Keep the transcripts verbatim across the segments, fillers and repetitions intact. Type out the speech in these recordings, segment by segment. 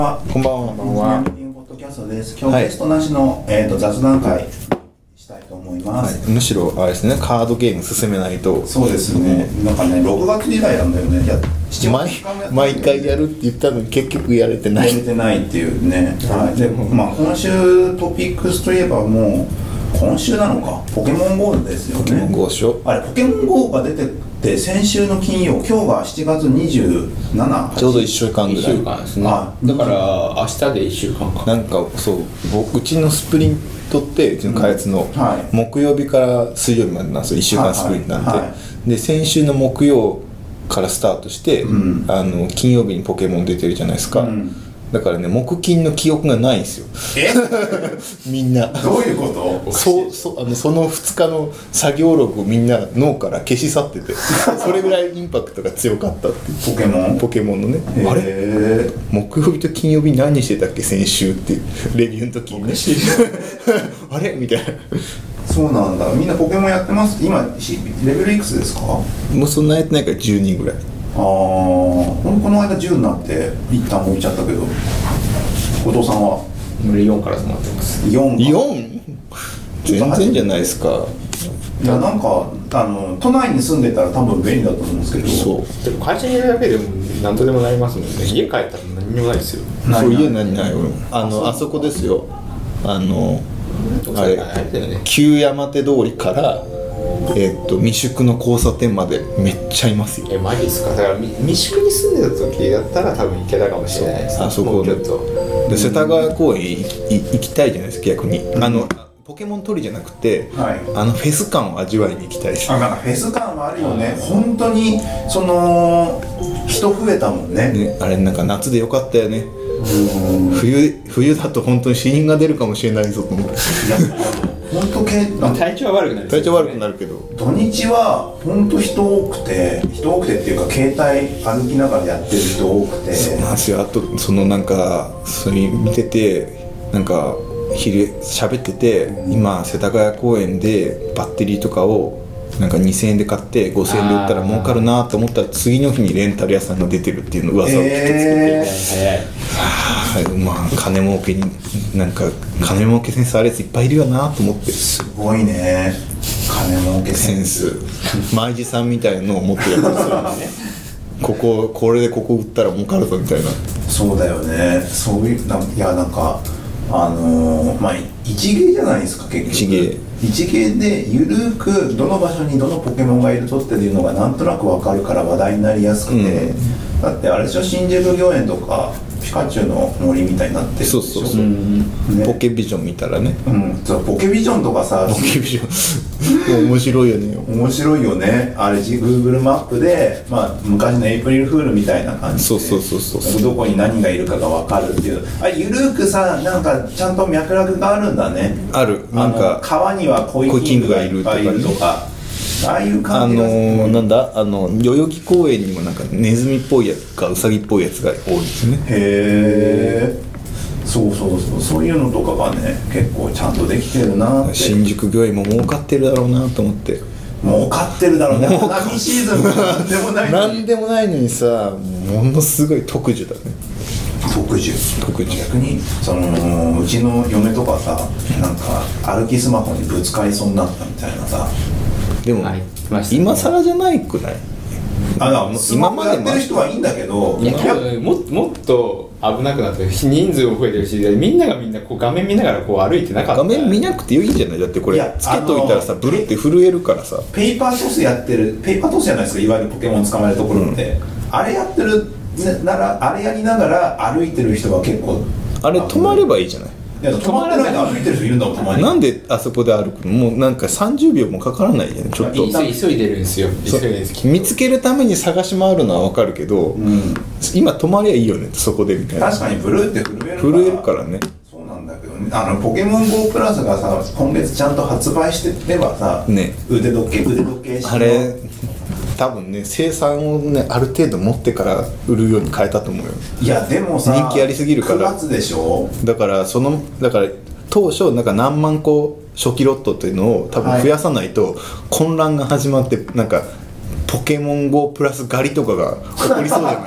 あ、こんばんは。 こんばんは。 ミーティングポッドキャストです。今日ゲストなしの、えー、と雑談会したいと思います。 はい、むしろあれですね、カードゲーム進めないと。 そうですね。なんかね、ろくがつ以来なんだよね。いや、 毎, 毎回やるって言ったのに結局やれてない。 やれてないっていうね。はい。で、まあ今週トピックスといえばもう今週なのか。ポケモン ゴー ですよね。 ポケモン ゴー でしょ。 あれポケモン ゴー が出てで先週の金曜、今日がしちがつにじゅうしちにち、 ちょうどいっしゅうかんぐらい。 いっしゅうかんですね。だから明日でいっしゅうかんか。 なんかそう、僕うちのスプリントってうちの開発の、 うんはい、 木曜日から水曜日までなんですよ。いっしゅうかんスプリントなんで、はいはい、で先週の木曜からスタートして、うん、あの金曜日にポケモン出てるじゃないですか、うん、だからね木金の記憶がないんですよ。 えみんなどういうこと？ そ, そ, あのそのふつかの作業録をみんな脳から消し去っててそれぐらいインパクトが強かったっていうポケモンポケモンのね。あれ木曜日と金曜日何してたっけ先週っていうレビューの時にねあれみたいな。 そうなんだ。みんなポケモンやってます。今レベルいくつですか？ もうそんなやってないからじゅうにぐらい。 ああ、この間じゅうになって一旦置いちゃったけど、後藤さんは俺よんから止まってます。 よんか。 よん？全然じゃないですか。 いや、なんかあの都内に住んでたら多分便利だと思うんですけど、 そうでも会社にいるだけでも何とでもなりますもんね。家帰ったら何にもないですよ。 そう家何ないよ。あのあそこですよ。あのあれ旧山手通りからえー、っと未宿の交差点までめっちゃいますよ。 えマジですか？だから未宿に住んでた時だったら多分行けたかもしれないです。 あそこでで世田谷公園行きたいじゃないですか逆に、うん、あのポケモン取りじゃなくて、はい、あのフェス感を味わいに行きたいです。 あ、なんかフェス感はあるよね。本当にその人増えたもん ね, ねあれなんか夏でよかったよね。うん冬冬だと本当に死人が出るかもしれないぞと思って。 本当け体調は悪くなる、ね、 体調悪くなるけど土日は本当人多くて人多くてっていうか携帯歩きながらやってる人多くて。 そうなんですよ。あとそのなんかそれ見ててなんか昼喋ってて、うん、今世田谷公園でバッテリーとかをなんかにせんえんで買ってごせんえんで売ったら儲かるなと思ったら次の日にレンタル屋さんが出てるっていうの噂を聞きつけて、えーはあ、まあ金儲けになんか金儲けセンスあるやついっぱいいるよなと思って。 すごいね金儲けセンス舞地さんみたいなのを持ってるやつですよねこここれでここ売ったら儲かるぞみたいな。 そうだよね。そういうないやなんかあのー、まあ一芸じゃないですか結局。 一芸一芸でゆるくどの場所にどのポケモンがいるとっていうのがなんとなく分かるから話題になりやすくて、うん、だってあれでしょ新宿御苑とかピカチュウの森みたいになってるでしょ。 そうそうそう、ね、ポケビジョン見たらね、 うん、そうポケビジョンとかさポケビジョン面白いよね面白いよねあれ Google マップで、まあ、昔のエイプリルフールみたいな感じでそうそうそうそうどこに何がいるかが分かるっていうあれゆるくさなんかちゃんと脈絡があるんだね。 あるなんか川にはコイキングがいっぱいいるとかああいう感じが、 あのー、なんだあの代々木公園にもなんかネズミっぽいやつかウサギっぽいやつが多いですね。 へえそうそうそうそういうのとかがね結構ちゃんとできてるなって。 新宿御苑も儲かってるだろうなと思って。 儲かってるだろうね。花見シーズンもなんでもないのになんでもないのにさものすごい特需だね。 特需特需逆にそのうちの嫁とかさなんか歩きスマホにぶつかりそうになったみたいなさ。 でも、はい、今更じゃないくない？ あのスマホやってる人はいいんだけどいやも, もっと危なくなって人数も増えてるしみんながみんなこう画面見ながらこう歩いてなかった。 画面見なくていいんじゃない？だってこれつけといたらさブルって震えるからさ。 ペーパートスやってるペーパートスじゃないですかいわゆるポケモン捕まえるところって、うん、あれやってるならあれやりながら歩いてる人は結構あれ止まればいいじゃない。 いや止まってないで歩いてる人いるんだもんたまに。 なんであそこで歩くの？もうなんかさんじゅうびょうもかからないじゃんちょっと。 急いでるんですよ。急いでるんです見つけるために探し回るのは分かるけど、うん、今止まりゃいいよねそこでみたいな。 確かにブルーって震えるから震えるからね。 そうなんだけどねあのポケモン ゴー プラスがさ今月ちゃんと発売してればさ、ね、腕時計腕時計式のあれ多分ね生産をねある程度持ってから売るように変えたと思うよ。 いやでもさ人気ありすぎるからくがつでしょ。 だからそのだから当初なんか何万個初期ロットっていうのを多分増やさないと混乱が始まってなんかポケモン ゴー プラス狩りとかが起こりそうじゃない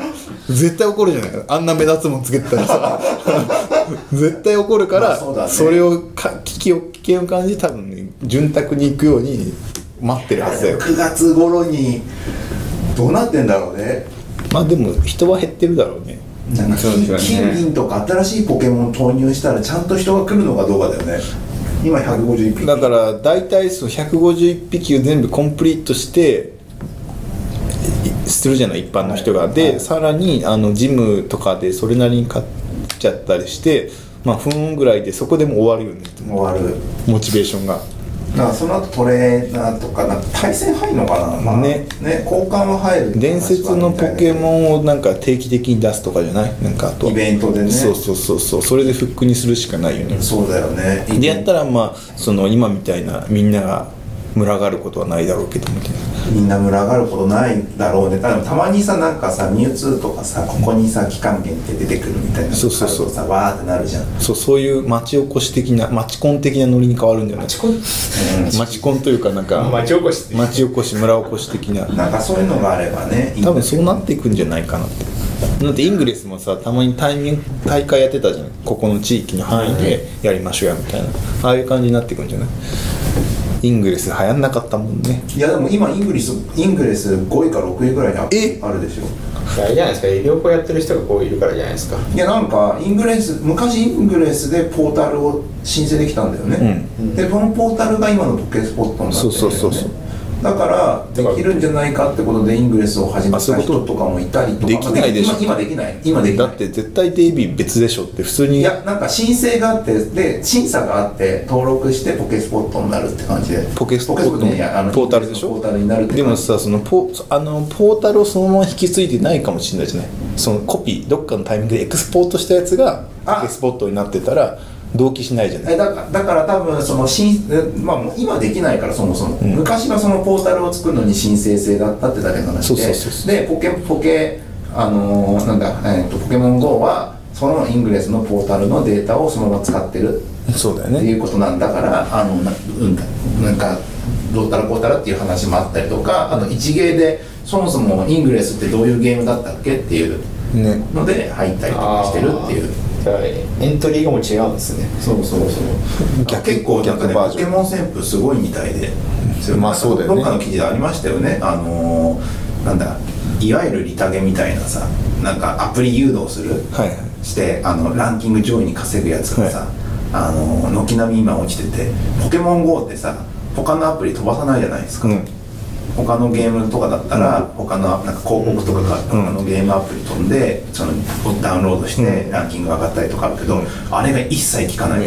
絶対怒るじゃないあんな目立つもんつけてたらさ絶対怒るから、 まあそうだね、 それをか危機を危険を感じ多分ね潤沢に行くように待ってるはずだよ。 くがつ頃にどうなってんだろうね。 まあでも人は減ってるだろうね。 なんかそうですよね金銀とか新しいポケモン投入したらちゃんと人が来るのかどうかだよね。今ひゃくごじゅういっぴきだから大体そのひゃくごじゅういっぴきを全部コンプリートしてするじゃない一般の人が、はい、で、はい、さらにあのジムとかでそれなりに買っちゃったりしてまあ分ぐらいでそこでも終わるよね。 終わるモチベーションが。 だからその後トレーナーとかなんか対戦入るのかな、まあ、ね, ね交換は入る。 伝説のポケモンをなんか定期的に出すとかじゃないなんかあとイベントでね。 そうそうそうそうそれでフックにするしかないよね。 そうだよね。 でやったらまあその今みたいなみんなが群がることはないだろうけどみたいな。 みんな群がることないだろうね。たまにさなんかさミュウツーとかさここにさ期間限定出てくるみたいな。 そうそうそうさわーってなるじゃん。 そうそういう町おこし的な町コン的なノリに変わるんだよね。 町コン、うん、 町コンというかなんか町おこし町おこし村おこし的ななんかそういうのがあればね。 多分そうなっていくんじゃないかなって。だってイングレスもさたまに大大会やってたじゃん。ここの地域の範囲でやりましょうやみたいな、ああいう感じになっていくんじゃない。イングレス流行んなかったもんね。 いやでも今イングレスイングレスごいかろくいぐらいにあるでしょ。 あれじゃないですか両方やってる人がこういるからじゃないですか。 いやなんかイングレス昔イングレスでポータルを申請できたんだよね、うん、でこのポータルが今のポケスポットになってるんだよね。そうそうそうそうだからできるんじゃないかってことでイングレスを始めた人とかもいたりとか。 できないでしょ。 今できない今できない。 だって絶対デイビー別でしょって普通に。 いやなんか申請があってで審査があって登録してポケスポットになるって感じで。 ポケスポットのポータルでしょ。 ポータルになるってでもさその ポ, あのポータルをそのまま引き継いでないかもしれないじゃない。そのコピーどっかのタイミングでエクスポートしたやつがポケスポットになってたら同期しないじゃない。 だから、だから多分その申、まあ、もう今できないからそもそも、うん、昔はそのポータルを作るのに申請制だったってだけの話で。そうそうそうでポケポケあのー、なんだ、えー、とポケモン ゴー はそのイングレスのポータルのデータをそのまま使ってるそうだよねっていうことなんだからあのな、うん、なんかどうたらこうたらっていう話もあったりとかあと一芸でそもそもイングレスってどういうゲームだったっけっていうので入ったりとかしてるっていう。 エントリーがもう違うんですね。 そうそうそう結構なんかねポケモン旋風すごいみたいで、まあそうだよね。どっかの記事でありましたよね。あのー、なんだいわゆるリタゲみたいなさなんかアプリ誘導する、はいはい、してあのランキング上位に稼ぐやつがさ、はい、あの軒並み今落ちててポケモン ゴー ってさ他のアプリ飛ばさないじゃないですか、うん、他のゲームとかだったら、うん、他のなんか広告とかが他のゲームアプリ飛んでそのダウンロードしてランキングが上がったりとかあるけど、うん、あれが一切効かない、うん、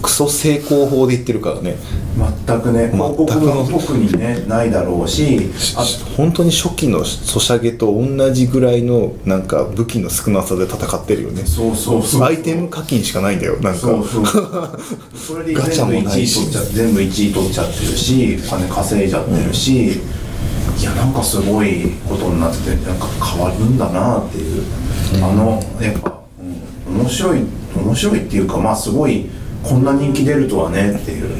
クソ成功法で言ってるからね。 全くね広告も特にねないだろうしあ本当に初期のソシャゲと同じぐらいのなんか武器の少なさで戦ってるよね。 そうそうそうアイテム課金しかないんだよなんかそうそうそれで全部いちい取っちゃ全部いちい取っちゃってるしお金稼いじゃってるし、うん、いやなんかすごいことになっててなんか変わるんだなっていう、うん、あのやっぱ、うん、面白い面白いっていうかまあすごいこんな人気出るとはねっていう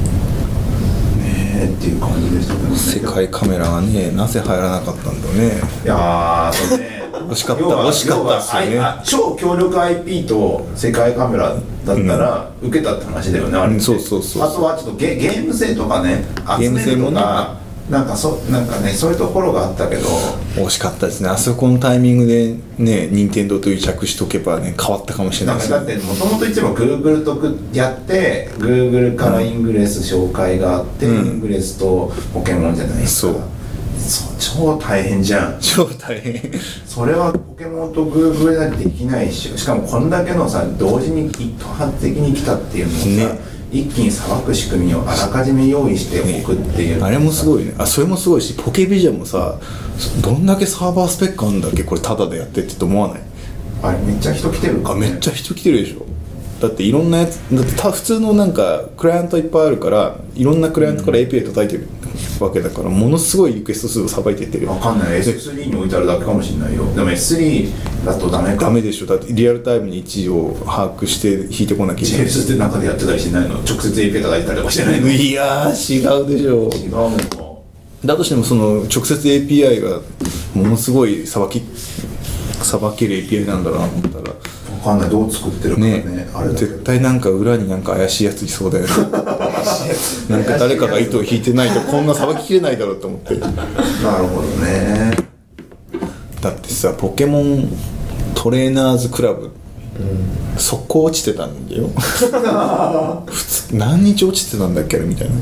ねっていう感じでしたけどね。 世界カメラがねなぜ入らなかったんだろうね。 いやーそうね惜しかった惜しかったですよね。 超強力 アイピー と世界カメラだったら受けたって話だよね、うん、あれって、うん、そうそうそうそう。あとはちょっと ゲ, ゲーム性とかね集めるとかなんかそなんかねそういうところがあったけど惜しかったですね。あそこのタイミングでね任天堂と癒着しとけばね変わったかもしれないですね。 だってもともといつも Google とやって Google からイングレス紹介があって、うん、イングレスとポケモンじゃないですか。そうそう超大変じゃん。 超大変それはポケモンと Google だってできないししかもこんだけのさ同時に一発的に来たっていうのをさ、ね一気にさばく仕組みをあらかじめ用意しておくっていう、 ね、あれもすごいね。あそれもすごいしポケビジョンもさどんだけサーバースペックあるんだっけこれタダでやってって思わない？ あれめっちゃ人来てるか、ね、 めっちゃ人来てるでしょ。だっていろんなやつだってた普通のなんかクライアントいっぱいあるからいろんなクライアントから エーピーアイ 叩いてるわけだから、うん、ものすごいリクエスト数をさばいていってるよ。 分かんない エススリー に置いてあるだけかもしれないよ。でも エススリー だとダメか。 ダメでしょ。だってリアルタイムに位置を把握して引いてこなきゃいけない。 ジェイエス って中でやってたりしないの？直接 エーピーアイ 叩いたりとかしてないの？ いやー違うでしょ。 違うのか。 だとしてもその直接 エーピーアイ がものすごいさばきさばける エーピーアイ なんだなと思ったら分かんない、どう作ってるかねねあれだけど絶対なんか裏になんか怪しいやついそうだよねなんか誰かが糸を引いてないとこんなさばききれないだろうと思ってなるほどね。 だってさポケモントレーナーズクラブ、うん、速攻落ちてたんだよ普通何日落ちてたんだっけみたいな。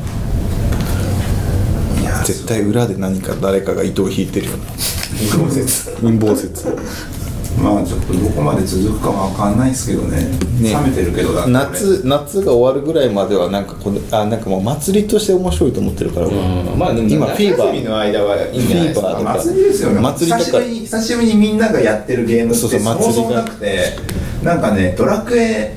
いや絶対裏で何か誰かが糸を引いてるような陰謀説陰謀説まあちょっとどこまで続くかわかんないですけど ね, ね冷めてるけどだって夏夏が終わるぐらいまではなんかこのあなんかもう祭りとして面白いと思ってるから、うん、 まあでも今フィーバーの間はいいんじゃないですか。 まあ祭りですよね。 祭りだから久しぶりに久しぶりにみんながやってるゲームってそうそうそもそもなくて、なんかねドラクエ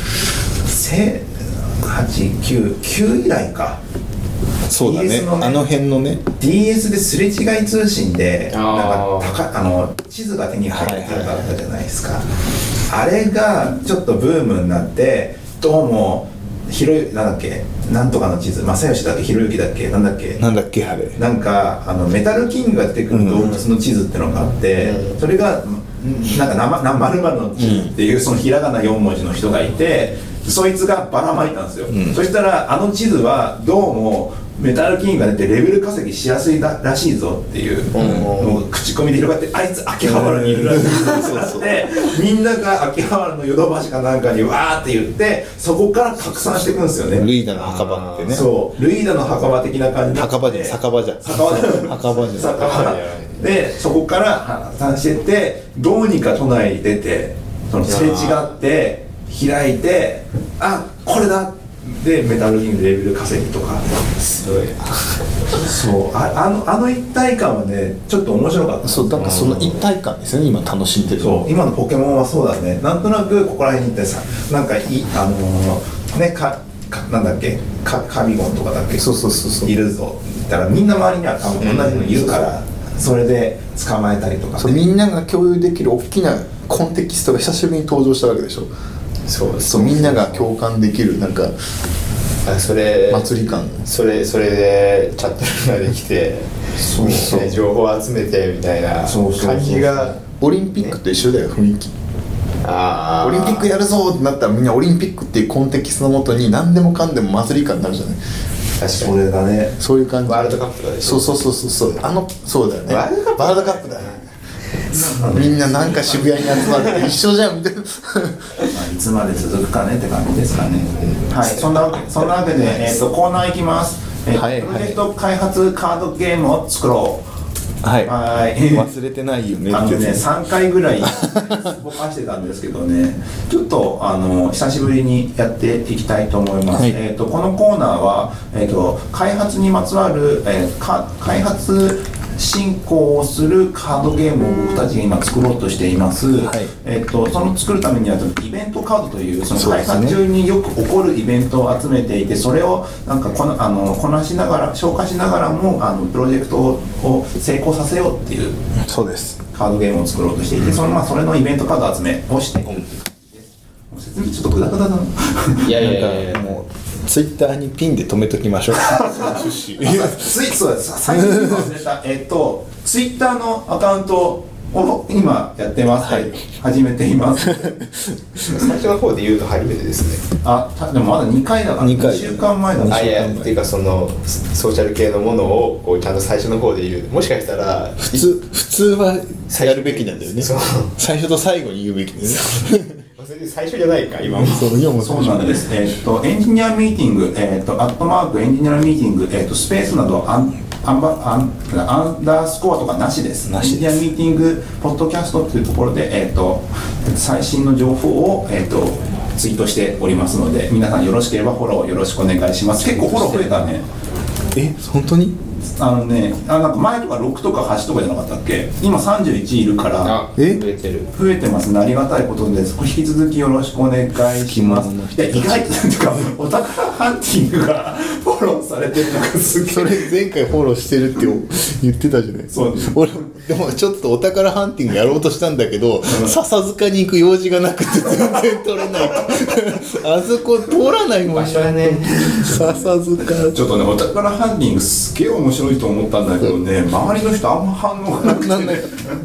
はちきゅうきゅう以来か。 そうだね、 ディーエス のねあの辺のねディーエス ですれ違い通信であなんか高あの地図が手に入ってなかったじゃないですか、あれがちょっとブームになってどうもひろゆなんだっけなんとかの地図正義だっけひろゆきだっけなんだっけなんだっけあれなんかあのメタルキングが出てくる動物の地図ってのがあって、うん、それがなんか生生丸々の地図っていうそのひらがなよん文字の人がいて、そいつがばらまいたんですよ、うん、そしたらあの地図はどうもメタルキングが出てレベル稼ぎしやすいらしいぞっていうのを口コミで広がって、あいつ秋葉原にいるらしいってなってみんなが秋葉原のヨドバシかなんかにわーって言ってそこから拡散していくんですよね。 ルイダの墓場ってね。 そうルイダの墓場的な感じで墓場じゃ酒場じゃ酒場じゃ墓場じゃ酒場でそこから発散してってどうにか都内に出てそのすれ違って開いてあこれだでメタルキングレベル稼ぎとかすごいそう あ, あ, のあの一体感はねちょっと面白かった。 そうだからその一体感ですよね今楽しんでる。 そう今のポケモンはそうだね。なんとなくここら辺に行ってさなんかいあのー、ねかかなんだっけかカビゴンとかだっけそうそうそうそういるぞだからみんな周りには多分同じのいるから、うん、それで捕まえたりとか、ね、 そうみんなが共有できる大きなコンテキストが久しぶりに登場したわけでしょ。 そうそうみんなが共感できるなんかあそれ祭り感それそれでチャットができてそうそうみんな情報を集めてみたいな感じがオリンピックと一緒だよ雰囲気。 あオリンピックやるぞってなったらみんなオリンピックっていうコンテキストのもとに何でもかんでも祭り感になるじゃない。 確かにそれがねそういう感じ。 ワールドカップとかでしょ。 そうそうそうそうあのそうだよねワールドカップワールドカップだよねみんななんか渋谷に集まって一緒じゃんみたいなまあいつまで続くかねって感じですかね。はい、そんなわけそんなわけで、えー、とコーナーいきます、えーはい、 プロジェクト開発カードゲームを作ろう。 はいはい忘れてないよねあのねさんかいぐらいぼかしてたんですけどねちょっとあの久しぶりにやっていきたいと思います、はいえー、とこのコーナーは、えー、と開発にまつわる、えー、か開発進行をするカードゲームを僕たちが今作ろうとしています、はいえー、とその作るためにはイベントカードというその開発中によく起こるイベントを集めていてそれをなんかこなあのこなしながら消化しながらもあのプロジェクトを成功させようっていうそうですカードゲームを作ろうとしていてその、まあ、それのイベントカード集めをしていく説明ちょっとグダグダだないやいやいやもうツイッターにピンで止めときましょうツイそうです最初に忘れたえっとツイッターのアカウントを今やってます、はい、始めています最初の方で言うと初めてですね。 あたでもまだにかいだからにしゅうかんまえだからあいやっていうかそのソーシャル系のものをこうちゃんと最初の方で言うもしかしたら普通普通はやるべきなんだよね。最初と最後に言うべきだよね最初じゃないか今もそうそうなんです、えー、とエンジニアミーティング、えー、とアットマークエンジニアミーティング、えー、とスペースなどアンアンバアンアンダースコアとかなしですなしです。 エンジニアミーティングポッドキャストというところで、えー、と最新の情報を、えー、とツイートしておりますので皆さんよろしければフォローよろしくお願いします。結構フォロー増えたね。 え本当にあのねあなんか前とかろくとかはちとかじゃなかったっけ。今さんじゅういちいるからあえ増えてる増えてますね。ありがたいことです。引き続きよろしくお願いします。いや意外となんていうかお宝ハンティングがフォローされてるのがすげえそれ前回フォローしてるって言ってたじゃない。 そう俺でもちょっとお宝ハンティングやろうとしたんだけど、うん、笹塚に行く用事がなくて全然取れないあそこ通らないもん場所はね笹塚ちょっとねお宝ハンティングすげえ面白いと思ったんだけどね、うん、周りの人あんま反応がなくて、ね、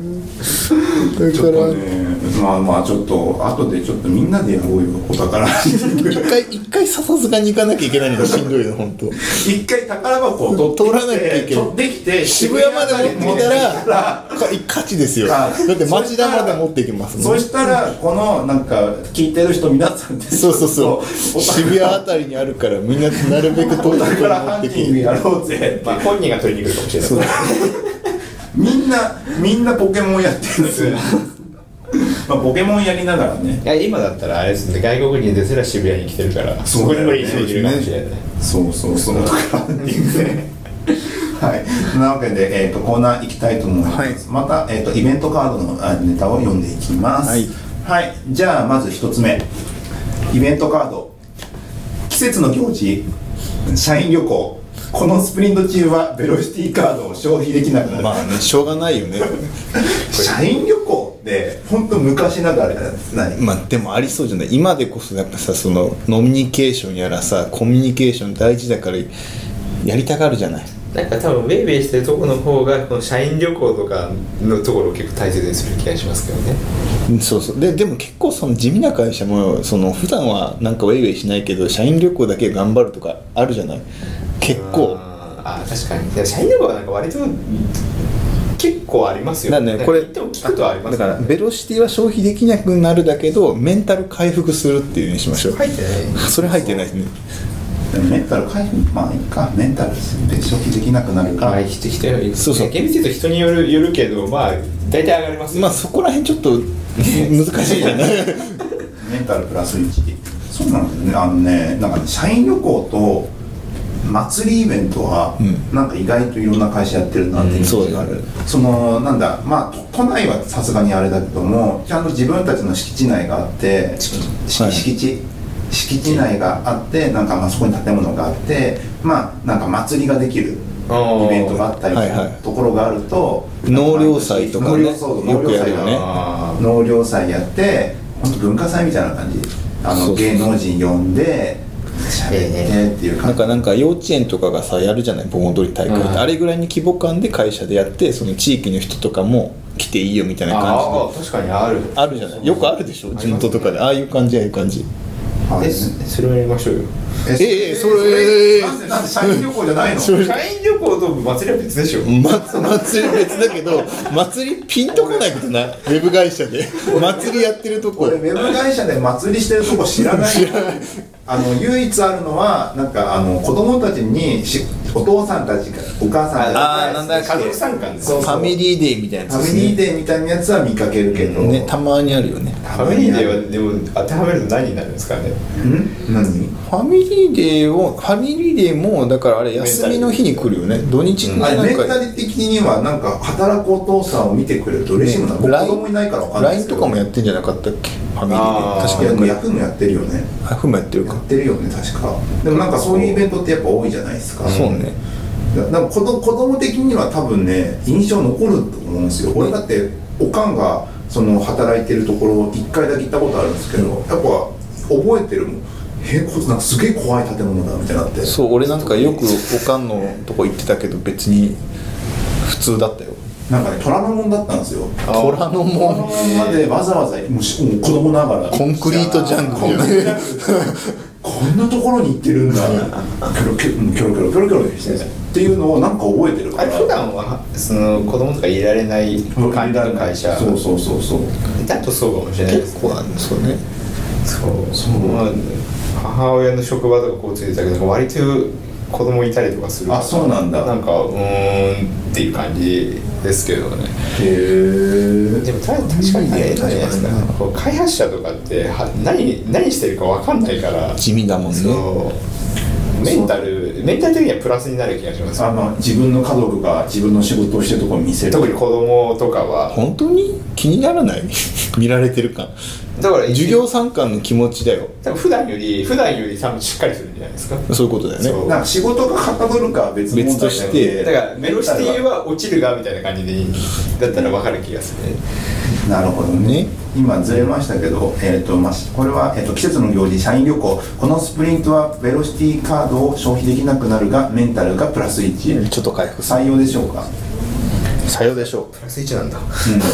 ちょっとね、まあまあちょっと後でちょっとみんなでやろうよ、お宝一回一回笹塚に行かなきゃいけないのがしんどいの本当。 一回宝箱を取って通らなきゃいけない。 取ってきて渋谷まで持ってきたら勝ちですよ。だって町田まで持っていきますもん。 そしたらこのなんか聞いてる人皆さんでそうそうそう渋谷あたりにあるからみんななるべく遠いところに持ハってきて。 ンティングやろうぜ。 まあ本人が取りに来るかもしれない。 みんなみんなポケモンやってるんですよ。まあポケモンやりながらね。 いや今だったらあれですね、外国人ですら渋谷に来てるからそこに無理にできるかもしれない。 そうそうそう。ハンティングね。はい。そんなわけで、えー、とコーナー行きたいと思います。 はい、 また、えー、とイベントカードのあネタを読んでいきます。 はい。 はい、じゃあまず一つ目、イベントカード。季節の行事、社員旅行。このスプリント中はベロシティカードを消費できなくなる。 まあね、しょうがないよね。 社員旅行って本当昔ながら何？ まあでもありそうじゃない。今でこそやっぱさ、そのノミニケーションやらさ、コミュニケーション大事だからやりたがるじゃない。 なんか多分ウェイウェイしてるところの方がこの社員旅行とかのところを結構大切にする気がしますけどね。 そうそう。ででも結構その地味な会社もその普段はなんかウェイウェイしないけど社員旅行だけ頑張るとかあるじゃない。結構。 ああ確かに。でも社員旅行はなんか割と結構ありますよ。 だね、これでも聞くとありますだからベロシティは消費できなくなるだけどメンタル回復するっていうにしましょう。 入ってない。 それ入ってないですね。 でもメンタル回復、まあいいか、メンタルで消費できなくなるか。 まあ人人そうそう。 厳密に言うと人によるよるけど、まあ大体上がりますよ。 まあそこら辺ちょっと難しいじゃない。 メンタルプラスいち。そうなんだよね。あのね、なんかね、社員旅行と祭りイベントは、 うんなんか意外といろんな会社やってるなっていうイメージがある、 うんそうだねそのなんだまあ都内はさすがにあれだけどもちゃんと自分たちの敷地内があってしはい敷地敷地内があってなんかまあそこに建物があってまあなんか祭りができるイベントがあったりはいはいところがあると納涼祭とかね納涼そうよくやるよね。 あ納涼祭やって本当文化祭みたいな感じあのそうそうそう芸能人呼んで喋ってっていう感じなんかなんか幼稚園とかがさやるじゃない盆踊り大会って、 うんあれぐらいに規模感で会社でやってその地域の人とかも来ていいよみたいな感あー確かにある。 じであるじゃない。よくあるでしょ地元とかでああいう感じああいう感じ。 はいえそれをやりましょうよ。 えええそれなんでなんで社員旅行じゃないのそれ社員旅行と祭りは別でしょ。 ま、祭り別だけど祭りピンとこないことない。ウェブ会社で祭りやってるとこ俺ウェブ会社で祭りしてるとこ知らないあの唯一あるのはなんかあの子供たちにしお父さんたちがお母さんたちがあーなんだっけ家族参観ですそうファミリーデーみたいなやつですね。 ファミリーデーみたいなやつは見かけるけど、 ねたまにあるよね。 ファミリーデーはでも当てはめると何になるんですかね。 ん何ファミリーデーをファミリーデーもだからあれ休みの日に来るよね。土日にあれなんかメンタリ的にはなんか働くお父さんを見てくれると嬉しいもんな、僕子供いないから分かんないでラインすけどとかもやってんじゃなかったっけファミリーあーデー。確いやでもかにヤフーもやってるよねヤフーもやってるかやってるよね確かでもなんかそういうイベントってやっぱ多いじゃないですかそうね。 だから子供子供的には多分ね印象残ると思うんですよ俺だっておかんがその働いてるところいっかいだけ行ったことあるんですけどやっぱ覚えてるもんへこなんかすげえ怖い建物だみたいになってそう俺なんかよくおかんのとこ行ってたけど別に普通だったよ。 なんかね虎ノ門だったんですよ虎ノ虎ノ門門までわざわざもうしもう子供ながらコンクリートジャングルコンクリートジャングルこんなところに行ってるんだキョロキョロキョロキョロキョロキョロしてっていうのをなんか覚えてるからあれ普段はその子供とか入れられない感じの会社そうそうそうそうだとそうかもしれないですね。 結構あるそうね。 そうそう、まあ、母親の職場とかこうついてたけど割と子供いたりとかするあそうなんだなんかうーんっていう感じですけどね。 へえでもた確かにあれじゃないですか、こう開発者とかっては何何してるか分かんないから地味だもんね。 そうメンタルメンタル的にはプラスになる気がしますあの自分の家族が自分の仕事をしてるところを見せる特に子供とかは本当に気にならない見られてる感。 だから授業参観の気持ちだよ。 多分普段より普段より多分しっかりするんじゃないですか。 そういうことだよね。 そうなんか仕事がはかどるかは別問題別としてだからメロシティは落ちるがみたいな感じでだったら分かる気がするね。 なるほどね今ずれましたけど、えーとまあ、これは、えーと季節の行事社員旅行このスプリントはベロシティカードを消費できなくなるがメンタルがプラスいちちょっと回復する。 採用でしょうかさようでしょプラスいちなんだ。 うん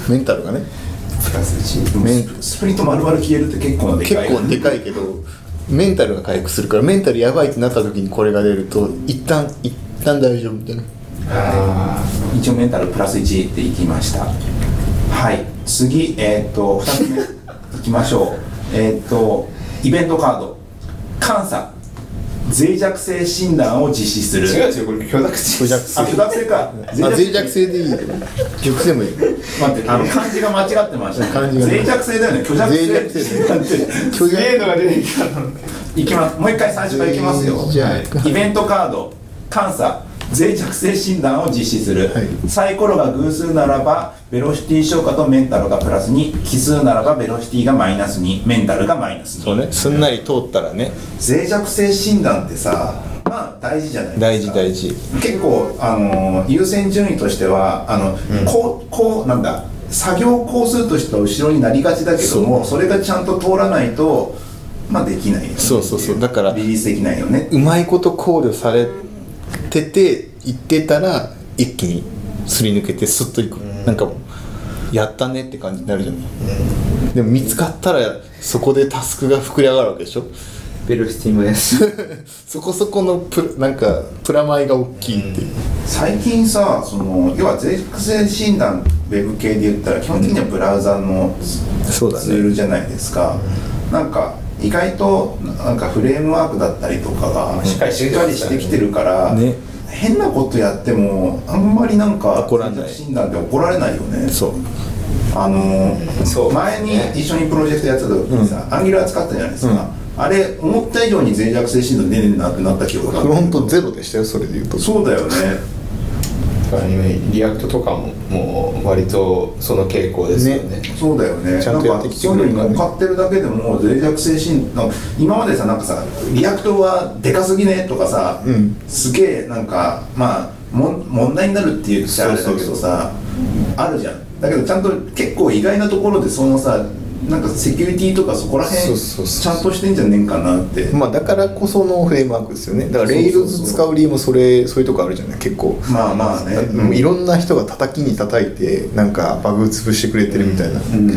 メンタルがねプラスいち。 メンスプリント丸々消えるって結構なでかい結構でかいけどメンタルが回復するからメンタルやばいってなった時にこれが出ると一旦一旦大丈夫みたいな。 あ一応メンタルプラスいちっていきました。はい次えー、っとふたつめいきましょう。えー、っとイベントカード監査脆弱性診断を実施する。 違う違うこれ許諾虚弱性あ許諾性かあ脆弱性でいいよ弱性もいい待ってあの漢字が間違ってました漢字が脆弱性だよね虚弱性脆弱性だよすげえのが出てきたの。 いきますもう一回最初からいきますよ。 じゃあイベントカード監査脆弱性診断を実施する、 はいサイコロが偶数ならばベロシティ消化とメンタルがプラスに奇数ならばベロシティがマイナスにメンタルがマイナスに。 そうねすんなり通ったらね脆弱性診断ってさまあ大事じゃないですか。 大事大事結構あの優先順位としてはあの、うん、こうこうなんだ作業工数としては後ろになりがちだけども そ, それがちゃんと通らないとまあできないよね。 そうそうそうだからリリースできないよね。 うまいこと考慮されてて言ってたら一気にすり抜けてスッといく、うん、なんかやったねって感じになるじゃない、うん、でも見つかったらそこでタスクが膨れ上がるわけでしょ。 ベロシティもやしそこそこのプなんかプラマイが大きいっていう、うん、 最近さその要は脆弱性診断ウェブ系で言ったら基本的にはブラウザのツールじゃないですか、うん、なんか意外となんかフレームワークだったりとかがしっかりしてきてるから、ね、変なことやってもあんまりなんか怒らない診断で怒られないよね。 そうあのそう前に一緒にプロジェクトやってた時にさ、うん、アンギュラー使ったじゃないですか、うん、あれ思った以上に脆弱性診断出ねえなってなった記憶がフロントゼロでしたよそれで言うと。 そうだよね。 リアクトとかももう割とその傾向ですよね。 ねそうだよね。 ちゃんとやってきてくれるからね。 なんかそういうのに乗っかってるだけでも脆弱性診断今までさなんかさリアクトはでかすぎねとかさ、うん、すげえなんかまあも問題になるって言っちゃあれだけどさあるじゃん。だけどちゃんと結構意外なところでそのさなんかセキュリティとかそこら辺ちゃんとしてんじゃねえかなって。 まあだからこそのフレームワークですよね。だからレイルズ使う理由もそれそういうとこあるじゃない結構。 まあまあね、 うん、いろんな人が叩きに叩いてなんかバグ潰してくれてるみたいな、うんうん、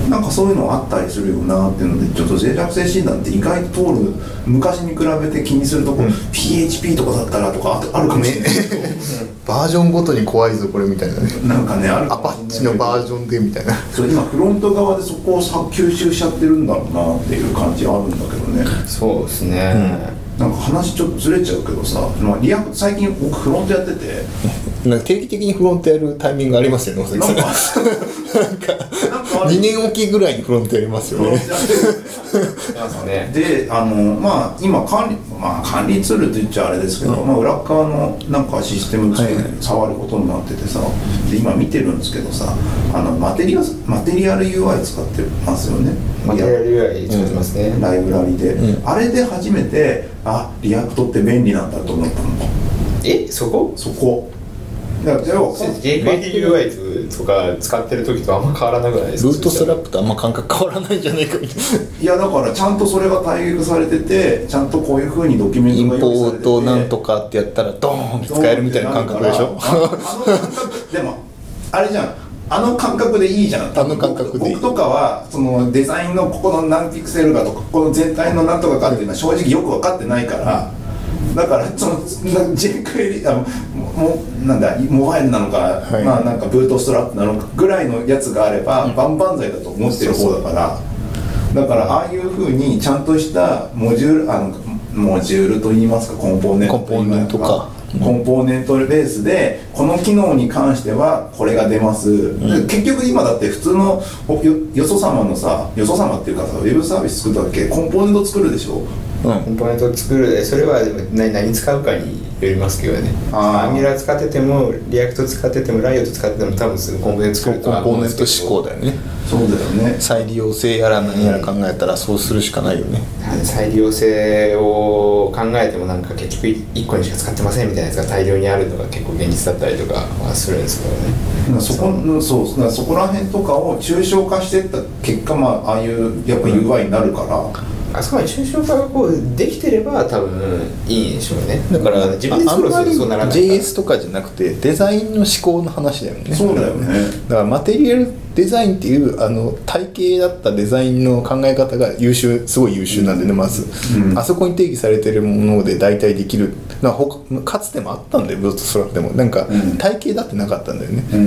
なんかそういうのあったりするよなっていうのでちょっと脆弱性診断って意外と通る昔に比べて気にするところ、うん、ピーエイチピー とかだったらとかあるかもしれないけど、ね、 バージョンごとに怖いぞこれみたいなね。 なんかねあるアパッチのバージョンでみたいな。 それ今フロント側でそこをさ吸収しちゃってるんだろうなっていう感じあるんだけどね。 そうですね、 うん、なんか話ちょっとずれちゃうけどさ、まあ、リアクト最近僕フロントやっててなんか定期的にフロントやるタイミングありますよね大崎さん。なんかにねんおきぐらいにフロントやりますよね。 であのまあ今管理まあ管理ツールって言っちゃあれですけど、うんまあ、裏側のなんかシステム作りに触ることになっててさ、で今見てるんですけどさあのマテリアマテリアル ユーアイ 使ってますよね。 マテリアル ユーアイ 使ってますね、 うん、ライブラリで、うん、あれで初めてあリアクトって便利なんだと思ったの。 えそこそこだから ジェイクエーティーユーアイ とか使ってる時とあんま変わらなくないですか。 ルートストラップとあんま感覚変わらないんじゃないかみたいな。 いやだからちゃんとそれが体現されててちゃんとこういう風にドキュメントが用意されててインポートなんとかってやったらドーンって使えるみたいな感覚でしょ。あの感覚でもあれじゃんあの感覚でいいじゃん。 あの感覚でいい。 僕とかはそのデザインのここの何ピクセルかとかここの全体の何とかかっていうのは正直よく分かってないからだからその ジェイクエー あのもうなんだモバイルなのか、はい、まあなんかブートストラップなのかぐらいのやつがあれば、うん、万々歳だと思ってる方だからだからああいう風にちゃんとしたモジュールあのモジュールといいますかコンポーネントコンポーネントかコンポーネントベースでこの機能に関してはこれが出ます、うん、結局今だって普通の よ, よそ様のさよそ様っていうかさウェブサービス作っただけコンポーネント作るでしょ。 うん、コンポーネントを作るそれは何, 何使うかによりますけどね。アンギュラー使っててもリアクト使っててもライオット使ってても多分すぐコンポーネント作るとは思うんですけど。 コンポーネント思考だよね。 そうだよね。 再利用性やら何やら考えたらそうするしかないよね、 うん、再利用性を考えてもなんか結局いっこにしか使ってませんみたいなやつが大量にあるのが結構現実だったりとかはするんですけどね。 そこのそうそこら辺とかを抽象化していった結果、まあ、ああいうやっぱ ユーアイ になるから、 あそこまで抽象化がこうできてれば多分いいんでしょうね。 だから自分で作ろうとするとそうならないから。 ジェイエス とかじゃなくてデザインの思考の話だよね。 そうだよね。 だからマテリアルデザインっていうあの体系だったデザインの考え方が優秀、すごい優秀なんでね、まず、うん、あそこに定義されてるもので代替できる。なんか他かつてもあったんだよ、ブートストラップでもなんか体系だってなかったんだよね、うん、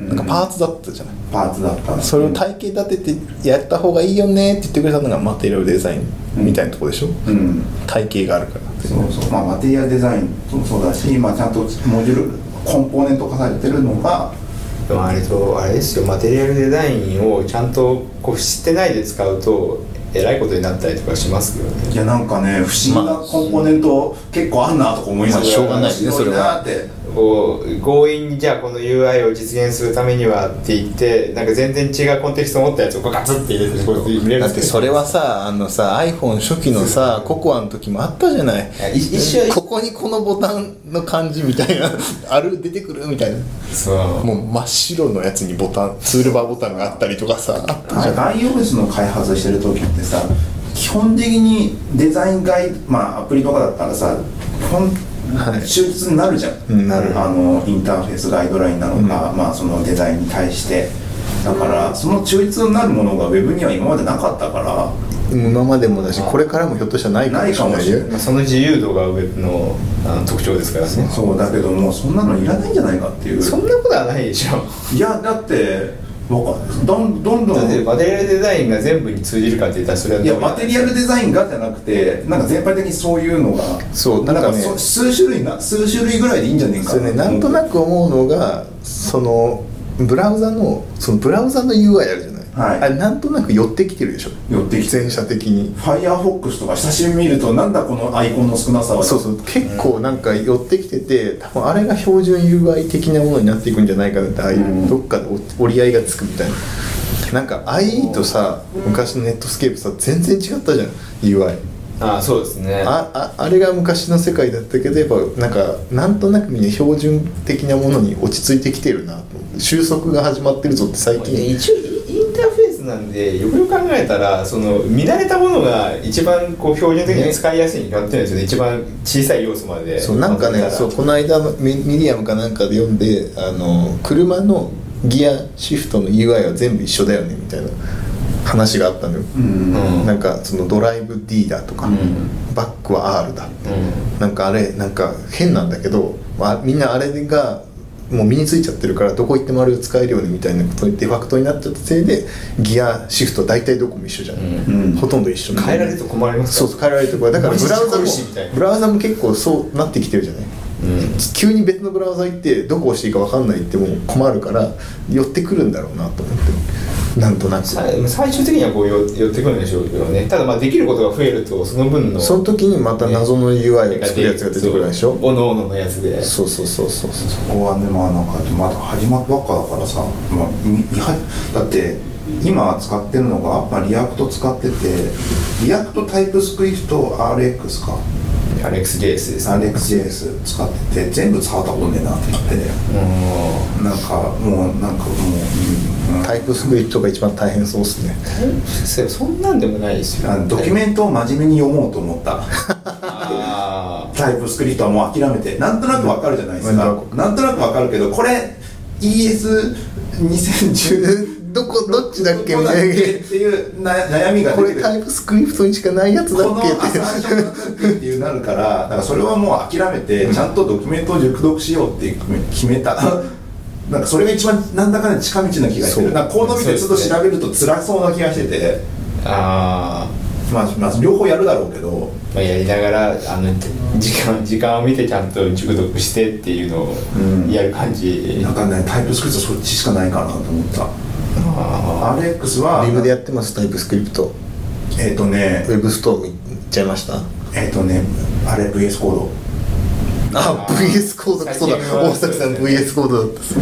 なんかパーツだったじゃない。 パーツだった。 それを体系立ててやった方がいいよねって言ってくれたのがマテリアルデザインみたいなところでしょ、うん、体系があるから。 そうそう、まあ、マテリアルデザインもそうだし、まあ、ちゃんとモジュールコンポーネント化されてるのが、 でもあれとあれですよ、マテリアルデザインをちゃんとこう知ってないで使うとえらいことになったりとかしますけどね。 いやなんかね不思議なコンポーネント結構あんなとか思いながら、 しょうがないねそれは。 こう強引にじゃあこの ユーアイ を実現するためにはって言ってなんか全然違うコンテキストを持ったやつをガツッて入れてこうやって見れる。 だってそれはさあのさ iPhone 初期のさココアの時もあったじゃない。い一瞬ここにこのボタンの感じみたいなある出てくるみたいな。そうもう真っ白のやつにボタンツールバーボタンがあったりとかさあったじゃん。 iOS の開発してる時ってさ基本的にデザインガイド、まあアプリとかだったらさ本はい、忠実になるじゃん、うん、なるあのインターフェースガイドラインなのか、うんまあ、そのデザインに対してだからその忠実になるものがウェブには今までなかったから今までもだしこれからもひょっとしたらないかもしれないよ。 ないその自由度がウェブ の, あの特徴ですからね。 そうだけどもうそんなのいらないんじゃないかっていう。 そんなことはないでしょ。 いやだってどんどんどんだってマテリアルデザインが全部に通じるかって言ったらそれは。 いやマテリアルデザインがじゃなくてなんか全般的にそういうのがそうなんかね数種類な数種類ぐらいでいいんじゃねえかそれねなんとなく思うのがそのブラウザのそのブラウザの ユーアイ あるじゃない、はい、あれなんとなく寄ってきてるでしょ。 寄ってきて全社的に Firefox とか久しぶりに見るとなんだこのアイコンの少なさは。 そうそう結構なんか寄ってきてて多分あれが標準 ユーアイ 的なものになっていくんじゃないかなってああいうどっかで折り合いがつくみたいな。なんか アイイー とさ昔のネットスケープさ全然違ったじゃん ユーアイ。 ああそうですね。 あ, あ, あれが昔の世界だったけどやっぱなんかなんとなくみんな標準的なものに落ち着いてきてるなと思って収束が始まってるぞって最近。 一応インターフェースなんでよくよく考えたらその見慣れたものが一番こう標準的に使いやすいになってるんですよね。一番小さい要素まで。 そうなんかねそうこの間ミミディアムかなんかで読んであの車のギアシフトの ユーアイ は全部一緒だよねみたいな話があったのよ、うんうん、なんかそのドライブ D だとか、うん、バックは アール だって、うん、なんかあれなんか変なんだけど、まあ、みんなあれがもう身についちゃってるからどこ行ってもあれを使えるようにみたいなことでデファクトになっちゃったせいでギアシフト大体どこも一緒じゃん、うん、ほとんど一緒変えられると困りますか。そうそう変えられると困る。だからブラウザもブラウザも結構そうなってきてるじゃない、うん、急に別のブラウザ行ってどこ押していいか分かんないってもう困るから寄ってくるんだろうなと思ってなんとなく最終的にはこう寄ってくるんでしょうけどね。ただまあできることが増えるとその分のその時にまた謎の ユーアイ を作るやつが出てくるでしょ。 おのおののやつでそうそうそうそうそうそこはねまあなんかまだ始まったばっかだからさ、まあ、だって今使ってるのが、まあ、リアクト使っててリアクトタイプスクリプト アールエックス かアールエックスジェイエス ですね。 アールエックスジェイエス 使ってて全部使ったことねえなってなってねうんなんかもうなんかもう、うん、 タイプスクリプトが一番大変そうですね。 そんなんでもないですよ。 ドキュメントを真面目に読もうと思ったあタイプスクリプトはもう諦めてなんとなくわかるじゃないですか、うん、なんとなくわかるけどこれ イーエスにせんじゅうどこどっちだっけみたいなっていうな悩みが出てくる。 これタイプスクリプトにしかないやつだっけってこのアサンションがっていうなるからだからそれはもう諦めてちゃんとドキュメントを熟読しようって決めたなんかそれが一番なんだかんだ近道な気がしてる。なんかコード見てちょっと調べると辛そうな気がしててあー、まあ、まあ両方やるだろうけど、 まあ、やりながらあの時間時間を見てちゃんと熟読してっていうのをやる感じ、 うん、なんかねタイプスクリプトそっちしかないかなと思った。アールエックス はリブでやってますタイプスクリプト。 えっ、ー、とねウェブストームいっちゃいました。 えっ、ー、とねあれ ブイエス コードあ ブイエス コードそうだ大崎さん ブイエス コードだった。そう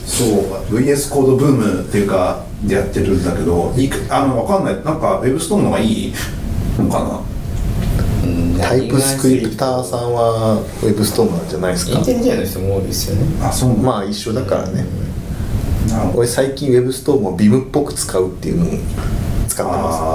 ブイエス コードブームっていうかでやってるんだけどいいあの分かんないなんか Web ストームの方がいいのかな。 タイプスクリプターさんは Web ストームなんじゃないですか。 インテリジェンの人も多いですよね。 あそうまあ一緒だからね、うん、俺最近 Web ストームを ビム っぽく使うっていうのを使ってます、ね、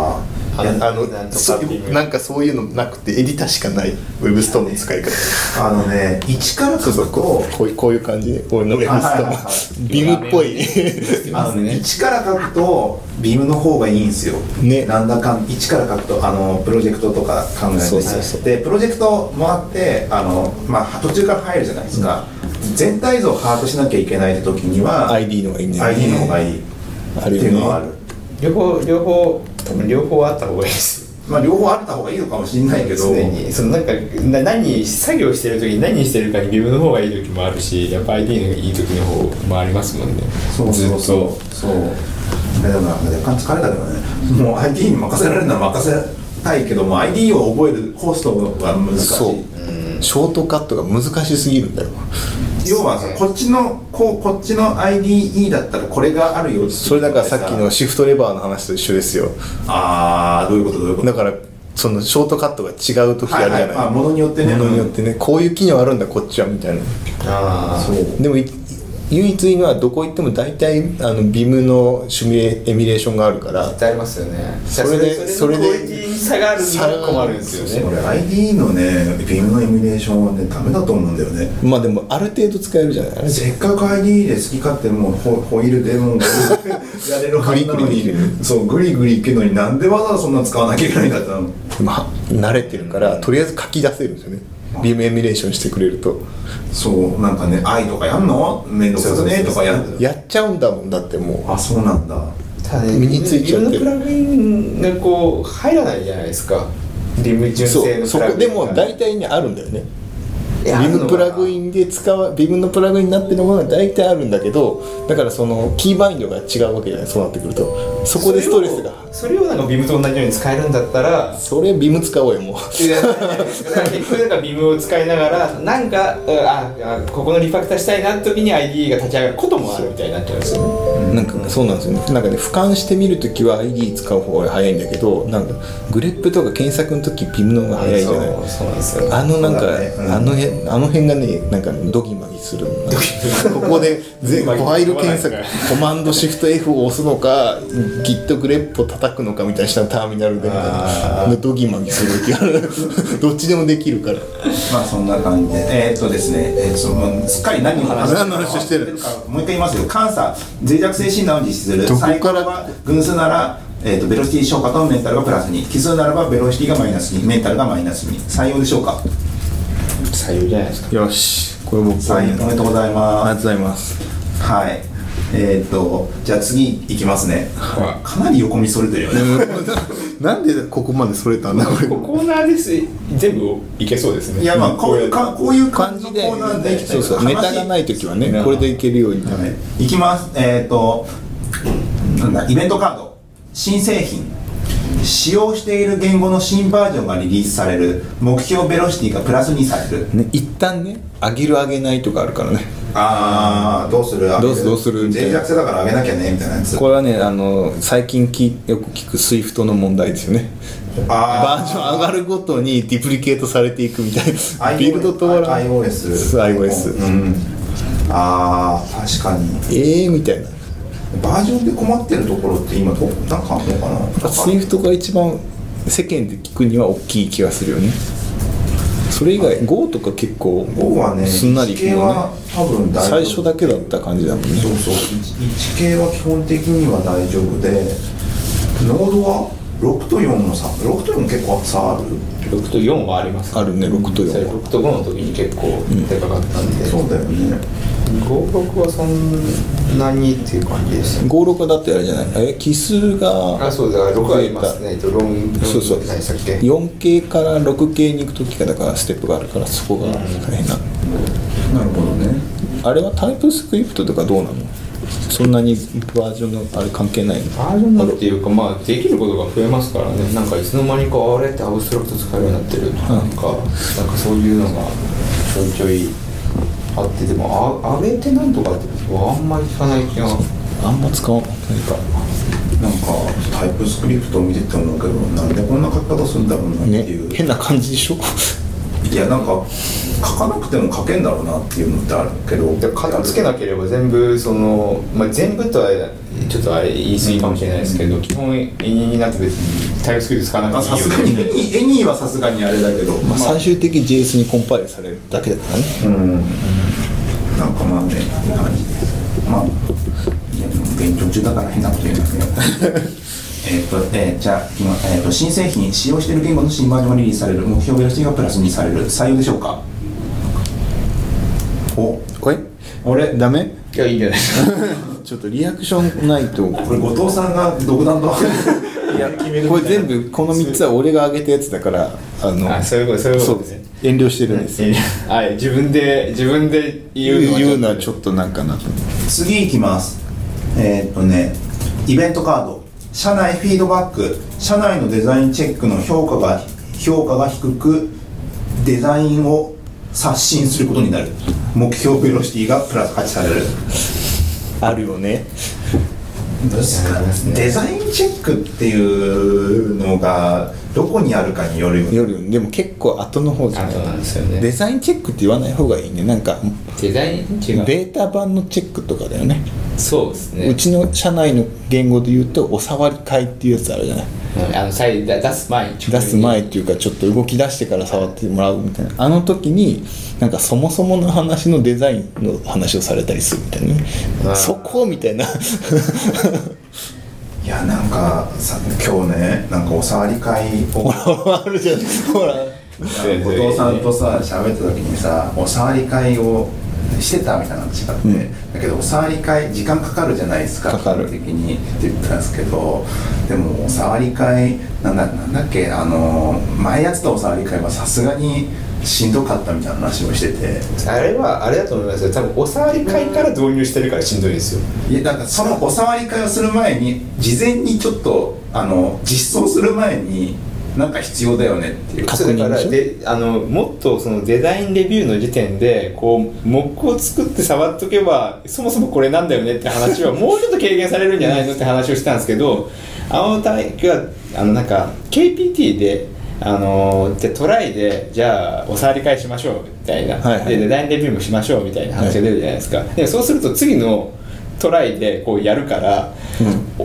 あのあのなんとそかっていうなんかそういうのなくてエディターしかない Webstone の使い方。 あのね一から書くとこういうこういう感じで俺の Webstone はいはいはいビームっぽいあのね一から書くとビームの方がいいんですよ、 ねなんだかん一から書くとあのプロジェクトとか考えてそうそうそうでプロジェクトもあってあの、まあ、途中から入るじゃないですか、うん、全体像を把握しなきゃいけないって時にはアイディー の方がいいねアイディー の方がいいあるよねっていうのはある。 両方両方多分両方あった方がいいですまあ両方あった方がいいのかもしれないけど常にそのなんかな何作業してる時に何してるかにビームの方がいい時もあるしやっぱ アイディー のいい時の方もありますもんね。 そうそうそうそうだから若干疲れたけどねもう アイディー に任せられるのは任せたいけども アイディー を覚えるコストが難しい。 そう、ショートカットが難しすぎるんだよ。 要はさこっちのこうこっちの アイディーイー だったらこれがあるよってそれだからさっきのシフトレバーの話と一緒ですよ。 ああどういうことどういうことだからそのショートカットが違う時あるじゃない、 はいはい、あ物によってね物によってねこういう機能あるんだこっちはみたいな。 ああそうでもい唯一今どこ行っても大体あのビームのシミュレエミュレーションがあるから絶対ありますよね。 それでそれでクオリティに差があるのが困るんですよね。 俺 アイディー のねビームのエミュレーションはねダメだと思うんだよね。 まあでもある程度使えるじゃないあれせっかく アイディー で好き勝手もうホホイールでもうやれるはずなのにグリグリできるそうグリグリいけるのになんでわざわざそんな使わなきゃいけないんだってなの。 まあ慣れてるからとりあえず書き出せるんですよねビームエミュレーションしてくれると。 そうなんかね愛とかやんの面倒くさくねとかやんやっちゃうんだもんだってもうあそうなんだ。 ただね身についちゃってるビームのプラグインがこう入らないじゃないですか。ビーム純そ正のうそこプラグインがでも大体ねあるんだよね。ビいやームプラグインンで使わビームのプラグインになってるものが大体あるんだけどだからそのキーバインドが違うわけじゃないそうなってくるとそこでストレスがそれをなんかビームと同じように使えるんだったらそれビーム使おうよもういやだから結局なんかビームを使いながらなんかああここのリファクターしたいなって時に アイディー が立ち上がることもあるみたいになっちゃうんですよね。 なんかそうなんですよね。なんかね俯瞰してみるときは アイディー 使う方が早いんだけどなんかグレップとか検索のときビームの方が早いじゃない。 そうそうなんですよ。 あのなんか、 そうだねうんあの辺あの辺がねなんかドギマギするここで全ファイル検索コマンドシフト F を押すのか Git グレップを叩くのかみたいな下のターミナルでみたいなドギマギする時あるどっちでもできるからまあそんな感じでえー、っとですね、えー、そのすっかり何の話何の話してるかもう一回言いますよ。監査脆弱性診断を実施するどこから最高は群数ならえー、とベロシティ消化とメンタルがプラスに奇数ならばベロシティがマイナスにメンタルがマイナスに採用でしょうか。 採用じゃないですか。 よしこれ僕採用おめでとうございありまがとうございますす。はいえー、っとじゃあ次いきますね。 はかなり横道それてるよね。 なんでここまでそれたんだこれコーナーです全部いけそうですね。 いやまあこういうかこういう感じの感じでコーナーでいきたいそうそうネタがない時はねこれでいけるようにはい、いきます。えっ、ー、となんだイベントカード新製品使用している言語の新バージョンがリリースされる目標ベロシティがプラスにされる。 ね一旦ね上げる上げないとかあるからねああどうするどうするどうするみたいな脆弱性だから上げなきゃねみたいなやつ。 これはねあの最近きよく聞く スイフト の問題ですよね。バージョン上がるごとにディプリケートされていくみたいなビルドとは iOS iOS うんああ確かにええー、みたいなバージョンで困ってるところって今どなんかあるのかな。 スイフト が一番世間で聞くには大きい気がするよね。それ以外 Go とか結構僕はねすんなりいくいち系よねは多分大丈夫。 最初だけだった感じだもんね。 そうそういち系は基本的には大丈夫でノードはろくとよんの差ろくとよん結構差ある。 ろくとよんはあります。 あるねろくとよんはろくとごの時に結構でかかったんで、 そうだよね。 ご、ろくはそんなにっていう感じでしたね。 ごじゅうろくだってあれじゃないえ奇数があそうだからろくありますね。ロンそうそう何でしたっけ。 よんケー から ろくケー に行く時がだからステップがあるからそこが大変な、 なるほどね。 あれはタイプスクリプトとかどうなのそんなにバージョンのあれ関係ないのバージョンのっていうかまあできることが増えますからね。なんかいつの間にかあれってアブストラクト使えるようになってるとか、なんかなんかそういうのがちょいちょいあってでもあ上げてなんとかってあんまり聞かない気が。 あんま使わないかなんかタイプスクリプトを見てて思うけどなんでこんな書き方するんだろうなってねいう、 変な感じでしょいやなんか書かなくても書けんだろうなっていうのってあるけどで片付けなければ全部その、まあ、全部とはちょっとあれ言い過ぎかもしれないですけど、うん、基本エニーなんて別にタイプスクリプト使わなくていいよね。 さすがにエニーはさすがにあれだけど、 まあ、最終的に ジェイエス にコンパイルされるだけだからね。 うん、うん、なんかまあね感じで、まあ勉強中だから変なこと言うんですけどえっと、えー、じゃあ今、えー、と新製品使用している言語の新バージョンがリリースされる、目標ベロシティがプラスにされる、採用でしょうか。おこれ俺ダメ？ いやいいんじゃないですかちょっとリアクションないとこれ後藤さんが独断といやこれ全部このみっつは俺が挙げたやつだから、あのあそういうことそういうことですね。 遠慮してるんですよ。 はい、自分で自分で言うのは言うのはちょっとなんかなと。 次いきます。えー、っとねイベントカード、社内フィードバック、社内のデザインチェックの評価が評価が低くデザインを刷新することになる、目標ベロシティがプラスはちされる。 あるよね。 デザインチェックっていうのがどこにあるかによるよね。 よるよね。でも結構後の方じゃない。 後なんですよね。 デザインチェックって言わない方がいいね。なんかデザイン違う。 ベータ版のチェックとかだよね。 そうですね。 うちの社内の言語で言うとお触り会っていうやつあるじゃない。 うん、あの再出す前出す前っていうかちょっと動き出してから触ってもらうみたいな、あの時になんかそもそもの話のデザインの話をされたりするみたいなね。そこみたいないやなんかさ今日ねなんかお触り会をあるじゃんほら後藤さんとさ喋った時にさお触り会をしてたみたいな話があって、うん、だけどお触り会時間かかるじゃないですか、 かかる基本的にって言ったんですけど、でもお触り会なんだ、なんだっけあの前やってたお触り会はさすがにしんどかったみたいな話をしてて、 あれはあれだと思いますよ。多分お触り会から導入してるからしんどいですよ。 いやだからそのお触り会をする前に事前にちょっとあの実装する前になんか必要だよねっていう確認でしょ。であのもっとそのデザインレビューの時点でこうモックを作って触っとけばそもそもこれなんだよねって話はもうちょっと軽減されるんじゃないのって話をしたんですけど、青野大があのなんか ケーピーティー であのでトライでじゃあお触り会しましょうみたいな、はいはい、でデザインレビューもしましょうみたいな話が出るじゃないですか、はい、でそうすると次のトライでこうやるから、うん、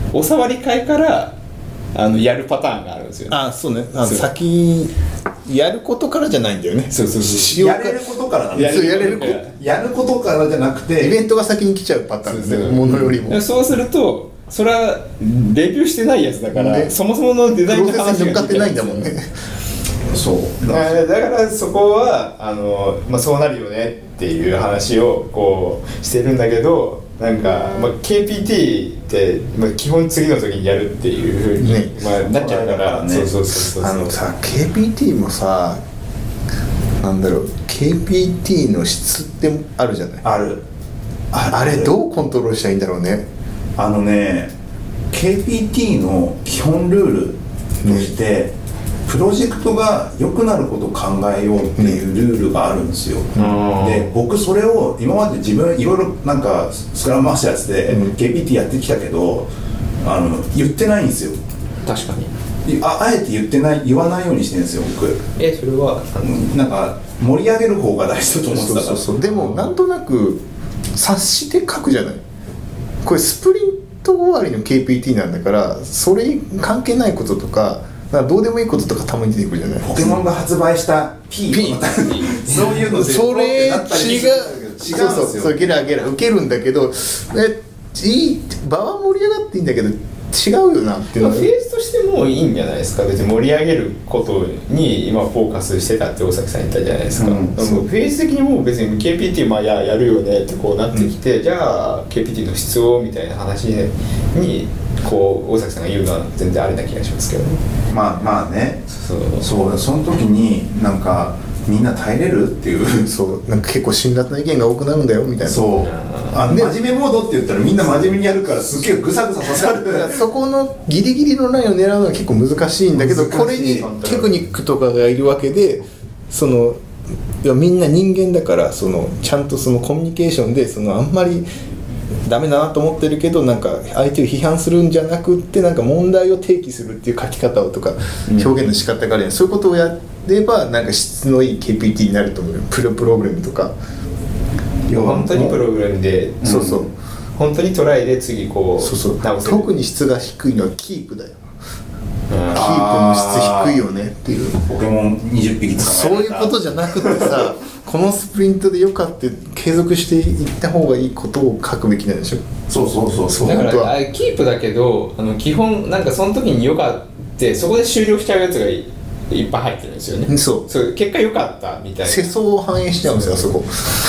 お, お触り会からあのやるパターンがあるんですよ、ね、 あそうねあの先やることからじゃないんだよね。 そうそうそうやれることからなんですよ。やれることやることからじゃなくてイベントが先に来ちゃうパターンですね。ものよりもそうするとそれはレビューしてないやつだから、ね、そもそものデザインの話が乗っかってないんだもんね。 そうだからそこはあの、まあ、そうなるよねっていう話をこうしてるんだけど、なんか、まあ、ケーピーティーって、まあ、基本次の時にやるっていうふうに、ねまあ、なっちゃうから、ね、そうそうそうそうあのさ ケーピーティー もさなんだろう ケーピーティー の質ってあるじゃない。 あるあ, あれどうコントロールしたらいいんだろうね。 あのね ケーピーティー の基本ルールとして、ね、プロジェクトが良くなることを考えようっていうルールがあるんですよ、うん、で僕それを今まで自分いろいろなんかスクラムマスターやつで、うん、ケーピーティー やってきたけどあの言ってないんですよ。 確かにあ, あえて言ってない言わないようにしてるんですよ僕。 えそれはなんか盛り上げる方が大事だと思ってたから。そうそうそうでもなんとなく察して書くじゃない。これスプリント終わりの ケーピーティー なんだからそれに関係ないこととかだからどうでもいいこととかたまに出てくるじゃない。 ポケモンが発売した P とかそういうのでそれ違う違うそうそうそうゲラゲラ受けるんだけどえいい場は盛り上がっていいんだけど違うよなっていうのはフェーズとしてもいいんじゃないですか。別に盛り上げることに今フォーカスしてたって大崎さん言ったじゃないですか、うん、フェーズ的にもう別に ケーピーティー まあ や, やるよねってこうなってきて、うん、じゃあ ケーピーティー の質をみたいな話にこう大崎さんが言うのは全然ありな気がしますけどね。 まあまあねそうそうその時になんかみんな耐えれるっていうそうなんか結構辛辣な意見が多くなるんだよみたいな。 そうあの真面目モードって言ったらみんな真面目にやるからすげえぐさぐさ刺さるそこのギリギリのラインを狙うのは結構難しいんだけどこれにテクニックとかがいるわけでそのいやみんな人間だからそのちゃんとそのコミュニケーションでそのあんまりダメだなと思ってるけどなんか相手を批判するんじゃなくってなんか問題を提起するっていう書き方をとか表現の仕方があるやん、うん、そういうことをやればなんか質のいい ケーピーティー になると思うよ。プロプログラムとか本当にプログラムで、 うん、そうそう本当にトライで次こうそうそう直せる。 特に質が低いのはキープだよ。 うんキープの質低いよねっていう。 ポケモンにじゅっぴき捕そうまえたいうことじゃなくてさこのスプリントでよかって継続していった方がいいことを書くべきなんでしょ。 そうそうそうそうだか本当はらあれキープだけどあの基本なんかその時に良かってそこで終了しちゃうやつがいいっぱい入ってるんですよね。 そうそう結果良かったみたいな。 世相を反映しちゃうんですよあそこ。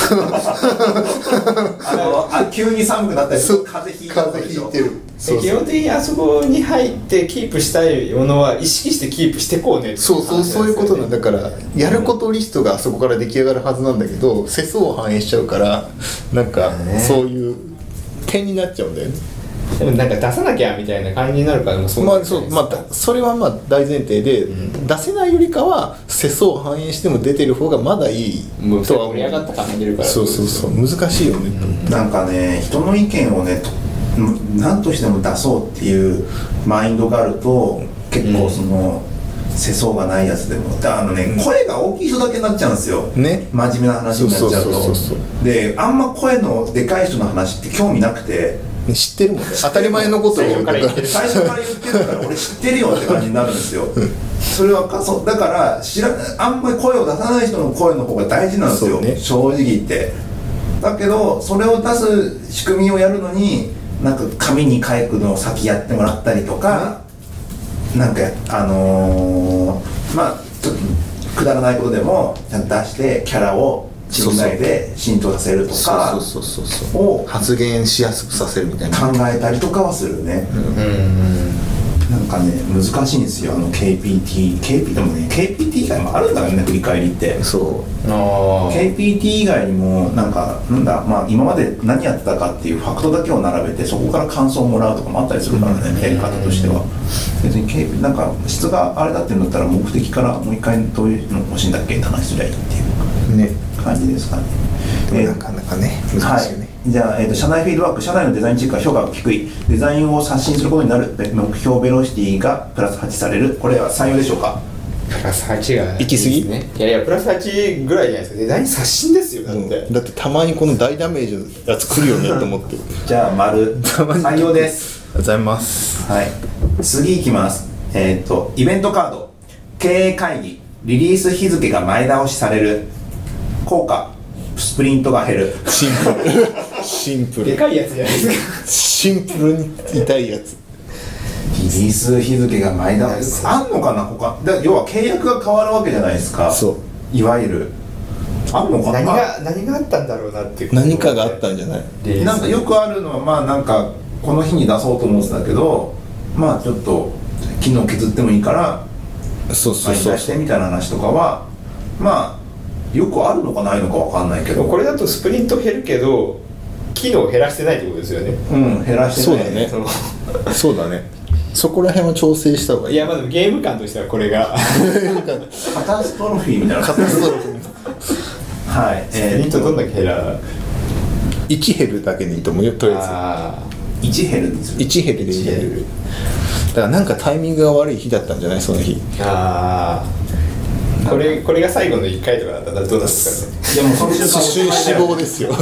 あのあ急に寒くなったりそう風邪ひいた風邪ひいてる。そう基そう本的にあそこに入ってキープしたいものは意識してキープしてこうねってそうそうそういうことなんだからやることリストがあそこから出来上がるはずなんだけど世相を反映しちゃうからなんかねそういう点になっちゃうんだよね。 でもなんか出さなきゃみたいな感じになるからもうそうまあなんじゃないですかそうまあそれはまあ大前提で、 うん出せないよりかは世相を反映しても出てる方がまだいいもうとは思う。 盛り上がった感じるからそうそうそう難しいよね、 なんかね人の意見をねと何としても出そうっていうマインドがあると結構その、世相がないやつでもあのね、声が大きい人だけになっちゃうんですよ、 ね真面目な話になっちゃうそうそうそうとそうであんま声のでかい人の話って興味なくて知ってるもんね当たり前のことを言うから最初から言ってるから俺知ってるよって感じになるんですよそれはかそうだから知らあんまり声を出さない人の声の方が大事なんですよ、 そうね正直言ってだけどそれを出す仕組みをやるのになんか紙に書くのを先やってもらったりとか、ね、なんかあのー、まあちょっとくだらないことでもちゃんと出してキャラをチーム内で浸透させるとかそうそうそうそうを発言しやすくさせるみたいな考えたりとかはするね、 うんなんかね難しいんですよあの ケーピーティー ケーピー でもね ケーピーティー 以外もあるんだよね振り返りってそうあケーピーティー 以外にもなんかなんだまあ今まで何やってたかっていうファクトだけを並べてそこから感想をもらうとかもあったりするからねやり方としては別に ケーピー なんか質があれだっていうんだったら目的からもう一回どういうの欲しいんだっけって話すりゃいいっていうね感じですかねでもなかなかね難しいよね、 はい、じゃあ、えーと、社内フィードバック社内のデザインチェックは評価が低いデザインを刷新することになる目標ベロシティがプラスはちされるこれは採用でしょうかプラスはちが行き過ぎいいですねいやいやプラスはちぐらいじゃないですかデザイン刷新ですよだって、 うんだってたまにこの大ダメージのやつ来るよねと思ってじゃあ丸たまに採用ですありがとうございますはい次いきますえっ、ー、とイベントカード経営会議リリース日付が前倒しされる効果スプリントが減るシンプルシンプルでかいやつじゃないですかシンプルに痛いやつリリース日付が前倒しあんのかな他だ要は契約が変わるわけじゃないですかそういわゆるあんのかな何が何があったんだろうなっていう何かがあったんじゃないでなんかよくあるのはまあなんかこの日に出そうと思ってたけどまあちょっと機能削ってもいいからそうそう前にそう出してみたいな話とかはまあよくあるのかないのかわかんないけどこれだとスプリント減るけど機能を減らしてないってことですよねうん減らしてそうないだねそのそうだねそこら辺は調整した方がいいいやまあでもゲーム感としてはこれがカタストロフィーみたいなカタストロフはいスプリントどんだけ減らいち減るだけでいいと思うよとりああいち減るんですよえずいち減るでいいんだよだからなんかタイミングが悪い日だったんじゃないその日ーあーこれこれが最後のいっかいとかだったらどうなんですかねでもその瞬間死亡ですよ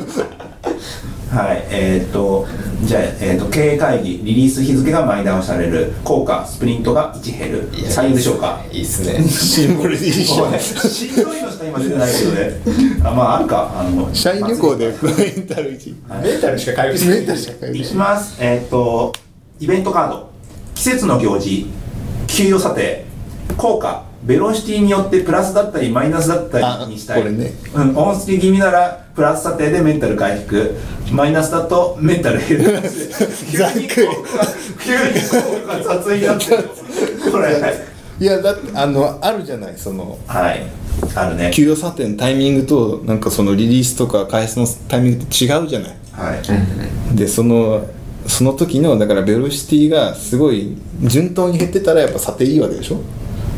はいえー、っとじゃあ、えー、っと経営会議リリース日付が前倒しされる効果スプリントがいち減る採用でしょうかいいっすねシンプルでいいじゃんしんどいのしか今出てないけどねあまああるかあの社員旅行でメンタルいちメンタルしか回復してないメンタルしか回い復きますえー、っとイベントカード季節の行事給与査定効果ベロシティによってプラスだったりマイナスだったりにしたいあこれねうん、オンスキ気味ならプラス査定でメンタル回復マイナスだとメンタル減るざっくり急に効果が雑になってるこれいやだってあのあるじゃないそのはいあるね給与査定のタイミングとなんかそのリリースとか開発のタイミングって違うじゃないはいでそのその時のだからベロシティがすごい順当に減ってたらやっぱ査定いいわけでしょ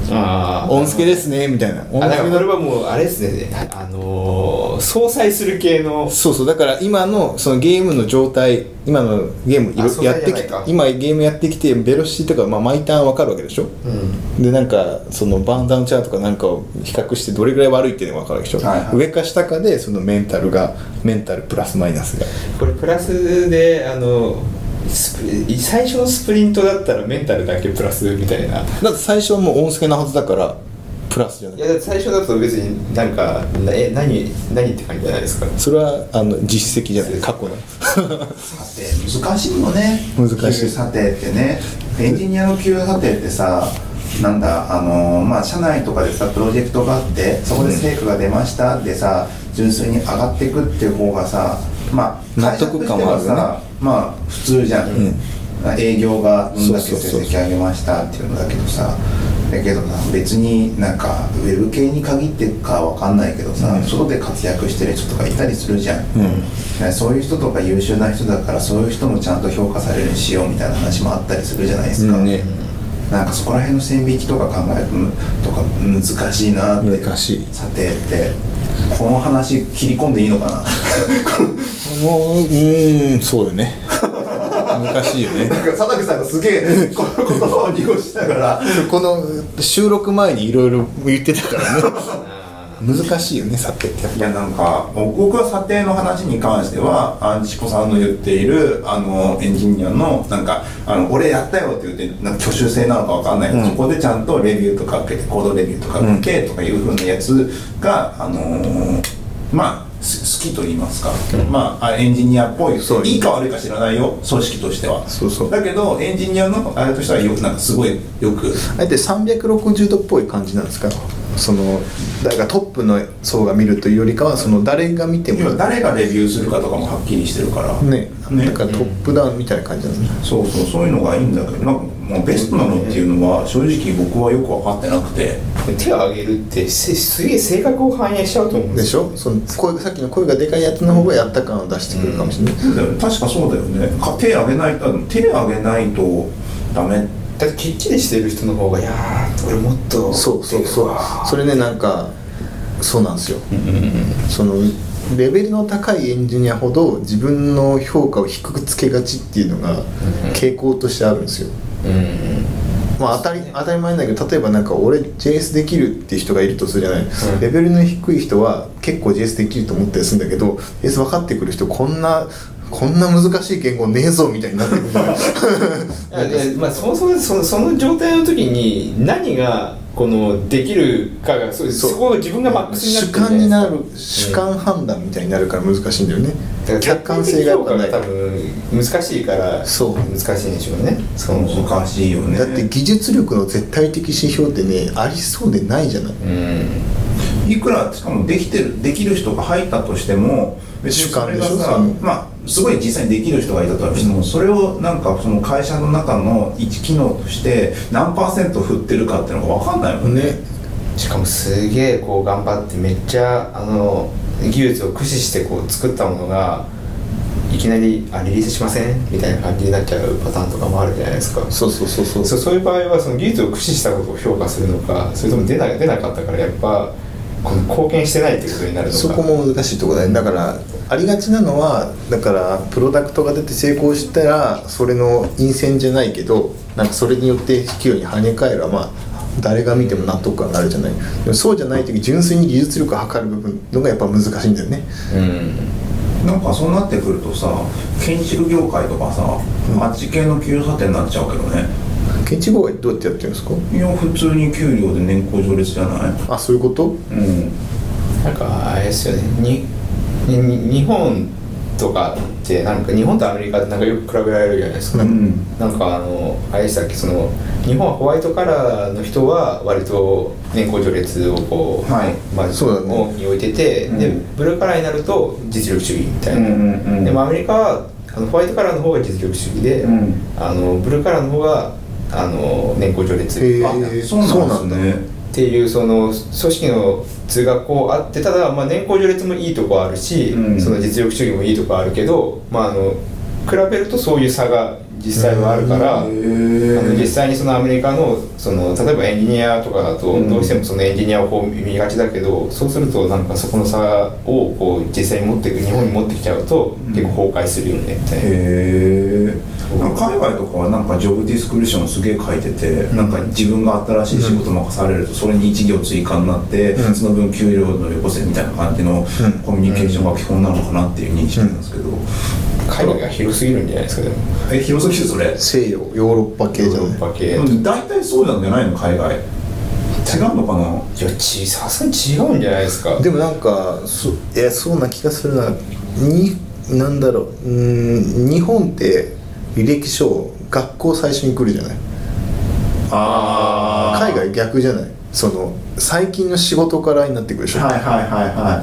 あー音付けですねみたいな。音あだか付けのらこれはもうあれですね、あのー、相殺する系のそうそう、だから今のそのゲームの状態、今のゲームいろあそうやってきじゃないか今ゲームやってきてベロシティとか、まあ、毎ターン分かるわけでしょ、 うんでなんかそのバーンダウンチャートとかなんかを比較してどれぐらい悪いっていうのが分かるでしょ、 はいはい上か下かでそのメンタルがメンタルプラスマイナスがこれプラスであのスプ最初のスプリントだったらメンタルだけプラスみたいな。 だって最初はもう音付けのはずだからプラスじゃないいやだって最初だと別になんかなえ何何って感じじゃないですか。 それはあの実績じゃない過去のさて難しいよね。 難しい給査定ってね、エンジニアの給査定ってさ、なんだあのーまあ社内とかでさプロジェクトがあってそこで成果が出ましたでさ、純粋に上がっていくっていう方がさ、まあ納得感もあるよね会社としてはさまあ普通じゃん、 うん営業がどんだけそうそうそう成績上げましたっていうのだけどさ、だけどさ別になんかウェブ系に限ってかわかんないけどさ、 うん外で活躍してる人とかいたりするじゃん、 うんねそういう人とか優秀な人だからそういう人もちゃんと評価されるようにしようみたいな話もあったりするじゃないですか、 うんねなんかそこら辺の線引きとか考えるとか難しいなって。 難しいさてってこの話切り込んでいいのかなもううーんそうよね難しいよねなんか佐竹さんがすげえこの言葉を濁しながらこの収録前にいろいろ言ってたからね難しいよね査定ってやっいやなんか僕は査定の話に関してはアンチコさんの言っているあのエンジニアのなんかあの俺やったよって言ってなんか挙手制なのかわかんないけど、 うんそこでちゃんとレビューとか受けてコードレビューとか受けてとかいう風なやつが、あのーまあす好きと言いますか、まああエンジニアっぽいそういいか悪いか知らないよ組織としてはそうそうだけどエンジニアのあれとしてはよくなんかすごいよくあえてさんびゃくろくじゅうどっぽい感じなんですかそのだからトップの層が見るというよりかはその誰が見ても要は誰がレビューするかとかもはっきりしてるからねねだからトップダウンみたいな感じなんですねそうそうそういうのがいいんだけどなんかもうベストなのっていうのは正直僕はよく分かってなくて手を挙げるってせすげえ性格を反映しちゃうと思うんでよ。 ですしょその声がさっきの声がでかいやつの方がやった感を出してくるかもしれない、 そうだよね確かそうだよねか手挙げないと手挙げないとダメだってきっちりしてる人の方がいやー俺もっとそうそうそうそれねなんかそうなんですよ、そのレベルの高いエンジニアほど自分の評価を低くつけがちっていうのが傾向としてあるんですよ、 うんまあ、当たり当たり前なんだけど例えばなんか俺 ジェイエス できるっていう人がいるとするじゃない、 うんレベルの低い人は結構 ジェイエス できると思ったりするんだけど ジェイエス 分かってくる人こんなこんな難しい言語ねえぞみたいになってくるいやでまあ、そもそもそのその状態の時に何がこのできるかがそうそうそこを自分がマックスになって主観になるる主観判断みたいになるから難しいんだよね、 だから客観性がやっぱない多分難しいからそう難しいんでしょうね。その難しいよねだって技術力の絶対的指標ってねありそうでないじゃない、 うんいくらしかもできてるできる人が入ったとしても別にそれがさ主観でしょそのまあすごい実際にできる人がいたとしてもそれをなんかその会社の中の一機能として何パーセント振ってるかっていうのが分かんないもんねねしかもすげえこう頑張ってめっちゃあの技術を駆使してこう作ったものがいきなりあリリースしませんみたいな感じになっちゃうパターンとかもあるじゃないですか。 そうそうそうそうそうそういう場合はその技術を駆使したことを評価するのかそれとも出な出なかったからやっぱこの貢献してないっていうことになるのか。 そこも難しいところだよね。だからありがちなのはだからプロダクトが出て成功したらそれの陰線じゃないけどなんかそれによって企業に跳ね返るはまあ誰が見ても納得感があるじゃない。でもそうじゃない時純粋に技術力を測る部分のがやっぱ難しいんだよね。 うんなんかそうなってくるとさ建築業界とかさ、 うんあっち系の給査点になっちゃうけどね建築業界どうやってやってるんですか。 いや普通に給料で年功序列じゃないあそういうこと。 うんなんかあれですよねにに日本とかってなんか日本とアメリカってなんかよく比べられるじゃないですか、 うんなんかあのあれでしたっけその日本はホワイトカラーの人は割と年功序列をこう、 はいまあ、 そうだね大きに置いてて、 うんでブルーカラーになると実力主義みたいな、 うんうんうんでもアメリカはあのホワイトカラーの方が実力主義で、 うんあのブルーカラーの方があの年功序列へーあえーそうなんですねっていうその組織の図がこうあってただ、まあ、年功序列もいいとこあるし、 うんその実力主義もいいとこあるけど、まあ、あの比べるとそういう差が実際はあるから、あの実際にそのアメリカの、その例えばエンジニアとかだとどうしてもそのエンジニアをこう見がちだけど、そうするとなんかそこの差をこう実際に持っていく、日本に持ってきちゃうと結構崩壊するよねみたいな。 へえ。海外とかはなんかジョブディスクリプションすげえ書いてて、うん、なんか自分が新しい仕事任されるとそれにいち行追加になって、うん、その分給料のよこせみたいな感じのコミュニケーションが基本なのかなっていう認識なんですけど、 海外が広すぎるんじゃないですか。でもえ広すぎるそれ西洋ヨーロッパ系じゃない。ヨーロッパ系大体そうなんじゃないの海外違うのかな。 いやちさすがに違うんじゃないですか。 でもなんかそいやそうな気がするな。になんだろう、うーん日本って履歴書学校最初に来るじゃない。 あ海外逆じゃない。その最近の仕事からになってくるでしょ。 はいはいはいはい。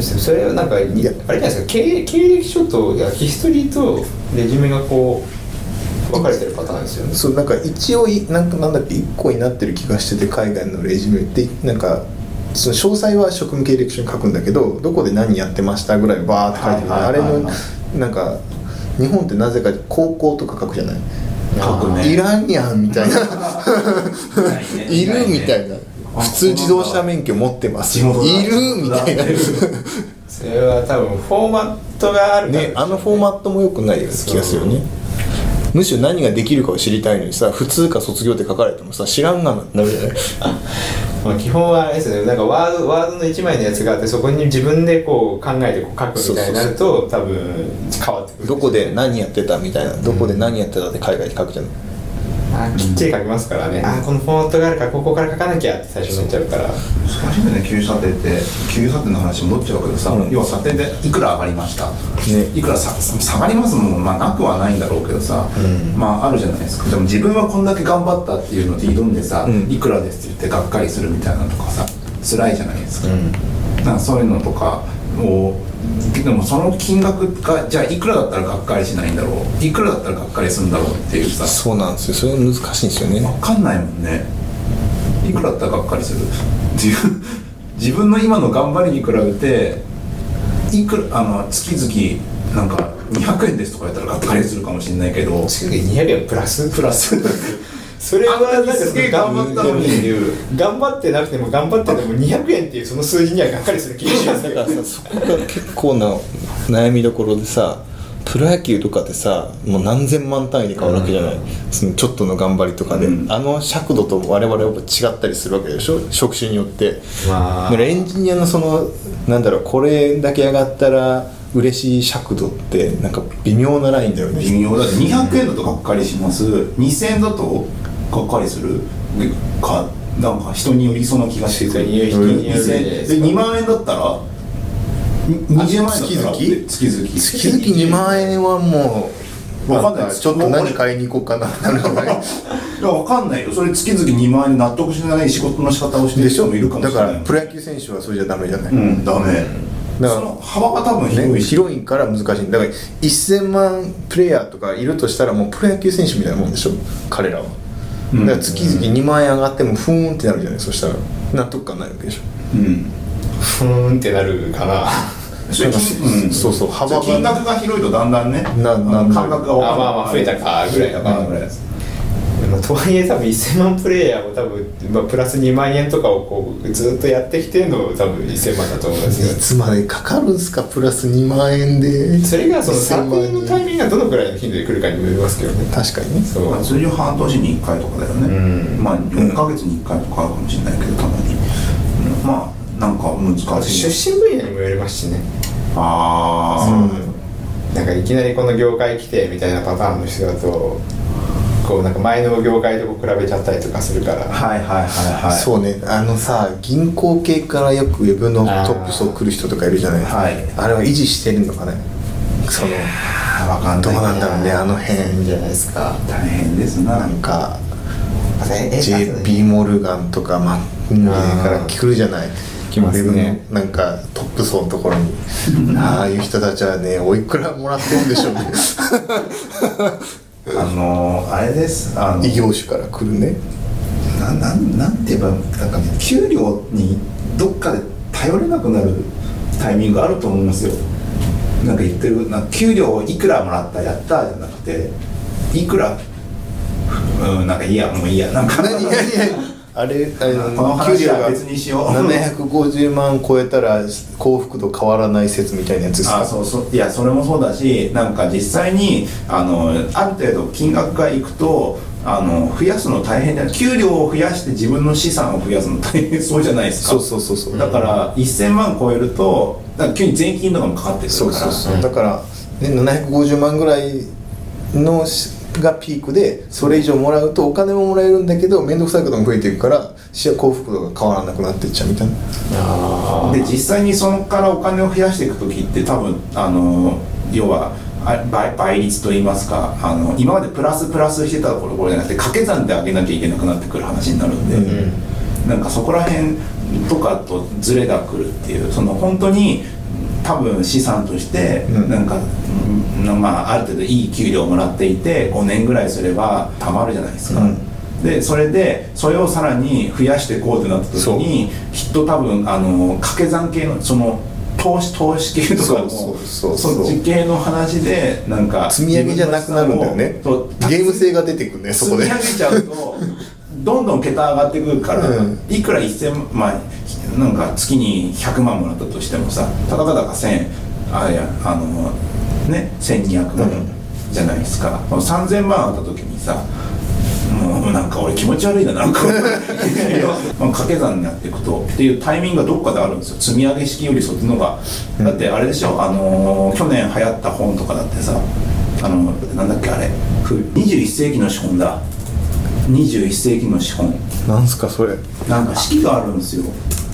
それはなんかあれじゃないですか、経, 経歴書といやヒストリーとレジュメがこう分かれてるパターンですよね。 そうなんか一応なんかなんだっけいっこになってる気がしてて、海外のレジュメってなんかその詳細は職務経歴書に書くんだけど、どこで何やってましたぐらいバーって書いてる、はいはいはいはい、あれのなんか日本ってなぜか高校とか書くじゃない。 書くね。 いらんやんみたいないるみたいな。普通自動車免許持ってますいるみたいなそれは多分フォーマットがあるからね。あのフォーマットも良くないような気がするよね。むしろ何ができるかを知りたいのにさ、普通か卒業って書かれてもさ知らんがなるじゃないまあ基本はあれですよね。なんかワードワードのいちまいのやつがあって、そこに自分でこう考えてこう書くみたいになると多分変わってくる。 どこで何やってたみたいな、どこで何やってたって海外で書くじゃない。 あきっちり書きますからね、うん、あこのフォーマットがあるからここから書かなきゃって最初になっちゃうから。 難しいよね。給油査定って給油査定の話戻っちゃうけどさ、うん、要は査定でいくら上がりました、ね、いくらさ下がりますもん、まあ、なくはないんだろうけどさ、うん、まああるじゃないですか。でも自分はこんだけ頑張ったっていうので挑んでさ、うん、いくらですって言ってがっかりするみたいなのとかさ辛いじゃないですか、うん、なんかそういうのとかをでもその金額がじゃあいくらだったらがっかりしないんだろう、いくらだったらがっかりするんだろうっていうさ。 そうなんですよ。それは難しいんですよね。 分かんないもんね。いくらだったらがっかりする自分自分の今の頑張りに比べていくらあの月々なんかにひゃくえんですとかやったらがっかりするかもしれないけど、 月々にひゃくえんプラスプラスそれはなんかすげえ頑張ったのに頑張ってなくても頑張っててもにひゃくえんっていうその数字にはがっかりする気がしますだからさそこが結構な悩みどころでさ、プロ野球とかってさもう何千万単位で変わるわけじゃない、うん、そのちょっとの頑張りとかで、うん、あの尺度と我々は違ったりするわけでしょ、職種によって、まあ、だからエンジニアのそのなんだろう、これだけ上がったら嬉しい尺度ってなんか微妙なラインだよね。 微妙だってにひゃくえんだとがっかりします、にせんえんだとがっかりするか、なんか人によりそうな気がしてくる。にせんえんでにまんえんだったらにじゅうまんえんだったら月々 月々 月々にまんえんはもう分かんない。ちょっと何買いに行こうかななるほどね。 いや分かんないよ。それ月々にまんえん納得しない仕事の仕方をしてる人もいるかもしれない。 だからプロ野球選手はそれじゃダメじゃない。 うんダメ。だからその幅が多分広い、 ね、広いから難しい。だからせんまんプレイヤーとかいるとしたらもうプロ野球選手みたいなもんでしょ彼らは。だから月々にまんえん上がってもふーんってなるじゃない。そしたら納得感ないわけでしょ。 うんふーんってなるかな。 それ、うん、そうそう幅が金額が広いとだんだんねなな感覚が分かる。 あまあまあ増えたかぐらいだからぐらいです。まあ、とはいえ多分せんまんプレイヤーも多分、まあ、プラスにまんえんとかをこうずっとやってきてるの多分せんまんだと思うんですよ。 いつまでかかるんですかプラスにまんえんで。 それがその査定のタイミングがどのくらいの頻度で来るかにもよりますけどね。 確かにね。 そう、まあ、通常半年にいっかいとかだよね、うん、まあよんかげつにいっかいとかあるかもしれないけどたまに、うん、まあなんか難しい。 出身分野にもよりますしね。 ああ、 うん、なんかいきなりこの業界来てみたいなパターンの人だとこうなんか前の業界とこう比べちゃったりとかするから。 はいはいはいはい。 そうね。あのさ銀行系からよくウェブのトップ層来る人とかいるじゃない。 はい、 あれは維持してるのかね。そのわかんない。 どうなんだろうねあの辺じゃないですか。 大変ですな。 なんか ジェイピー モルガンとかマッキンゼーから来るじゃない。 来ますね。 なんかトップ層のところにああいう人たちはねおいくらもらってるんでしょうね。 あのー、あれですあの異業種から来るね。 な, な, なんて言えばなんか給料にどっかで頼れなくなるタイミングがあると思いますよ。なんか言ってるなんか給料いくらもらったやったじゃなくていくらうんなんかいいやもういいやなんか何何何あれあのこの話は別にしようななひゃくごじゅうまん超えたら幸福度変わらない説みたいなやつですか？ あそうそういやそれもそうだしなんか実際にあのある程度金額がいくとあの増やすの大変だよ給料を増やして自分の資産を増やすの大変そうじゃないですか。 そうそうそうそうだからせんまん超えるとだから急に税金とかもかかってくるからそうそうそうだから、ね、ななひゃくごじゅうまんぐらいのがピークでそれ以上もらうとお金ももらえるんだけど面倒くさいことも増えていくから幸福度が変わらなくなっていっちゃうみたいな。 あで実際にそこからお金を増やしていく時って多分あの要は倍, 倍率といいますかあの今までプラスプラスしてたところこれじゃなくて掛け算で上げなきゃいけなくなってくる話になるんで、うん、なんかそこら辺とかとズレがくるっていうその本当に多分資産としてなんか、うん、まあある程度いい給料をもらっていてごねんぐらいすればたまるじゃないですか、うん、でそれでそれをさらに増やしていこうってなった時にきっと多分あの掛け算系のその投資投資系とかもそうそうそうそっち系の話でなんか積み上げじゃなくなるんだよね。ゲーム性が出てくるねそこで積み上げちゃうとどんどん桁上がってくるから、うん、いくらせんまんなんか月にひゃくまんもらったとしてもさたかだかせんあいやあのねせんにひゃくまんじゃないですか、うん、さんぜんまんあった時にさもうなんか俺気持ち悪いななんか掛け算になっていくとっていうタイミングがどっかであるんですよ。積み上げ式よりそっちのが、うん、だってあれでしょあのー、去年流行った本とかだってさあのなんだっけあれにじゅういっせいきの資本だにじゅういっせいきの資本なんすかそれなんか式があるんですよ。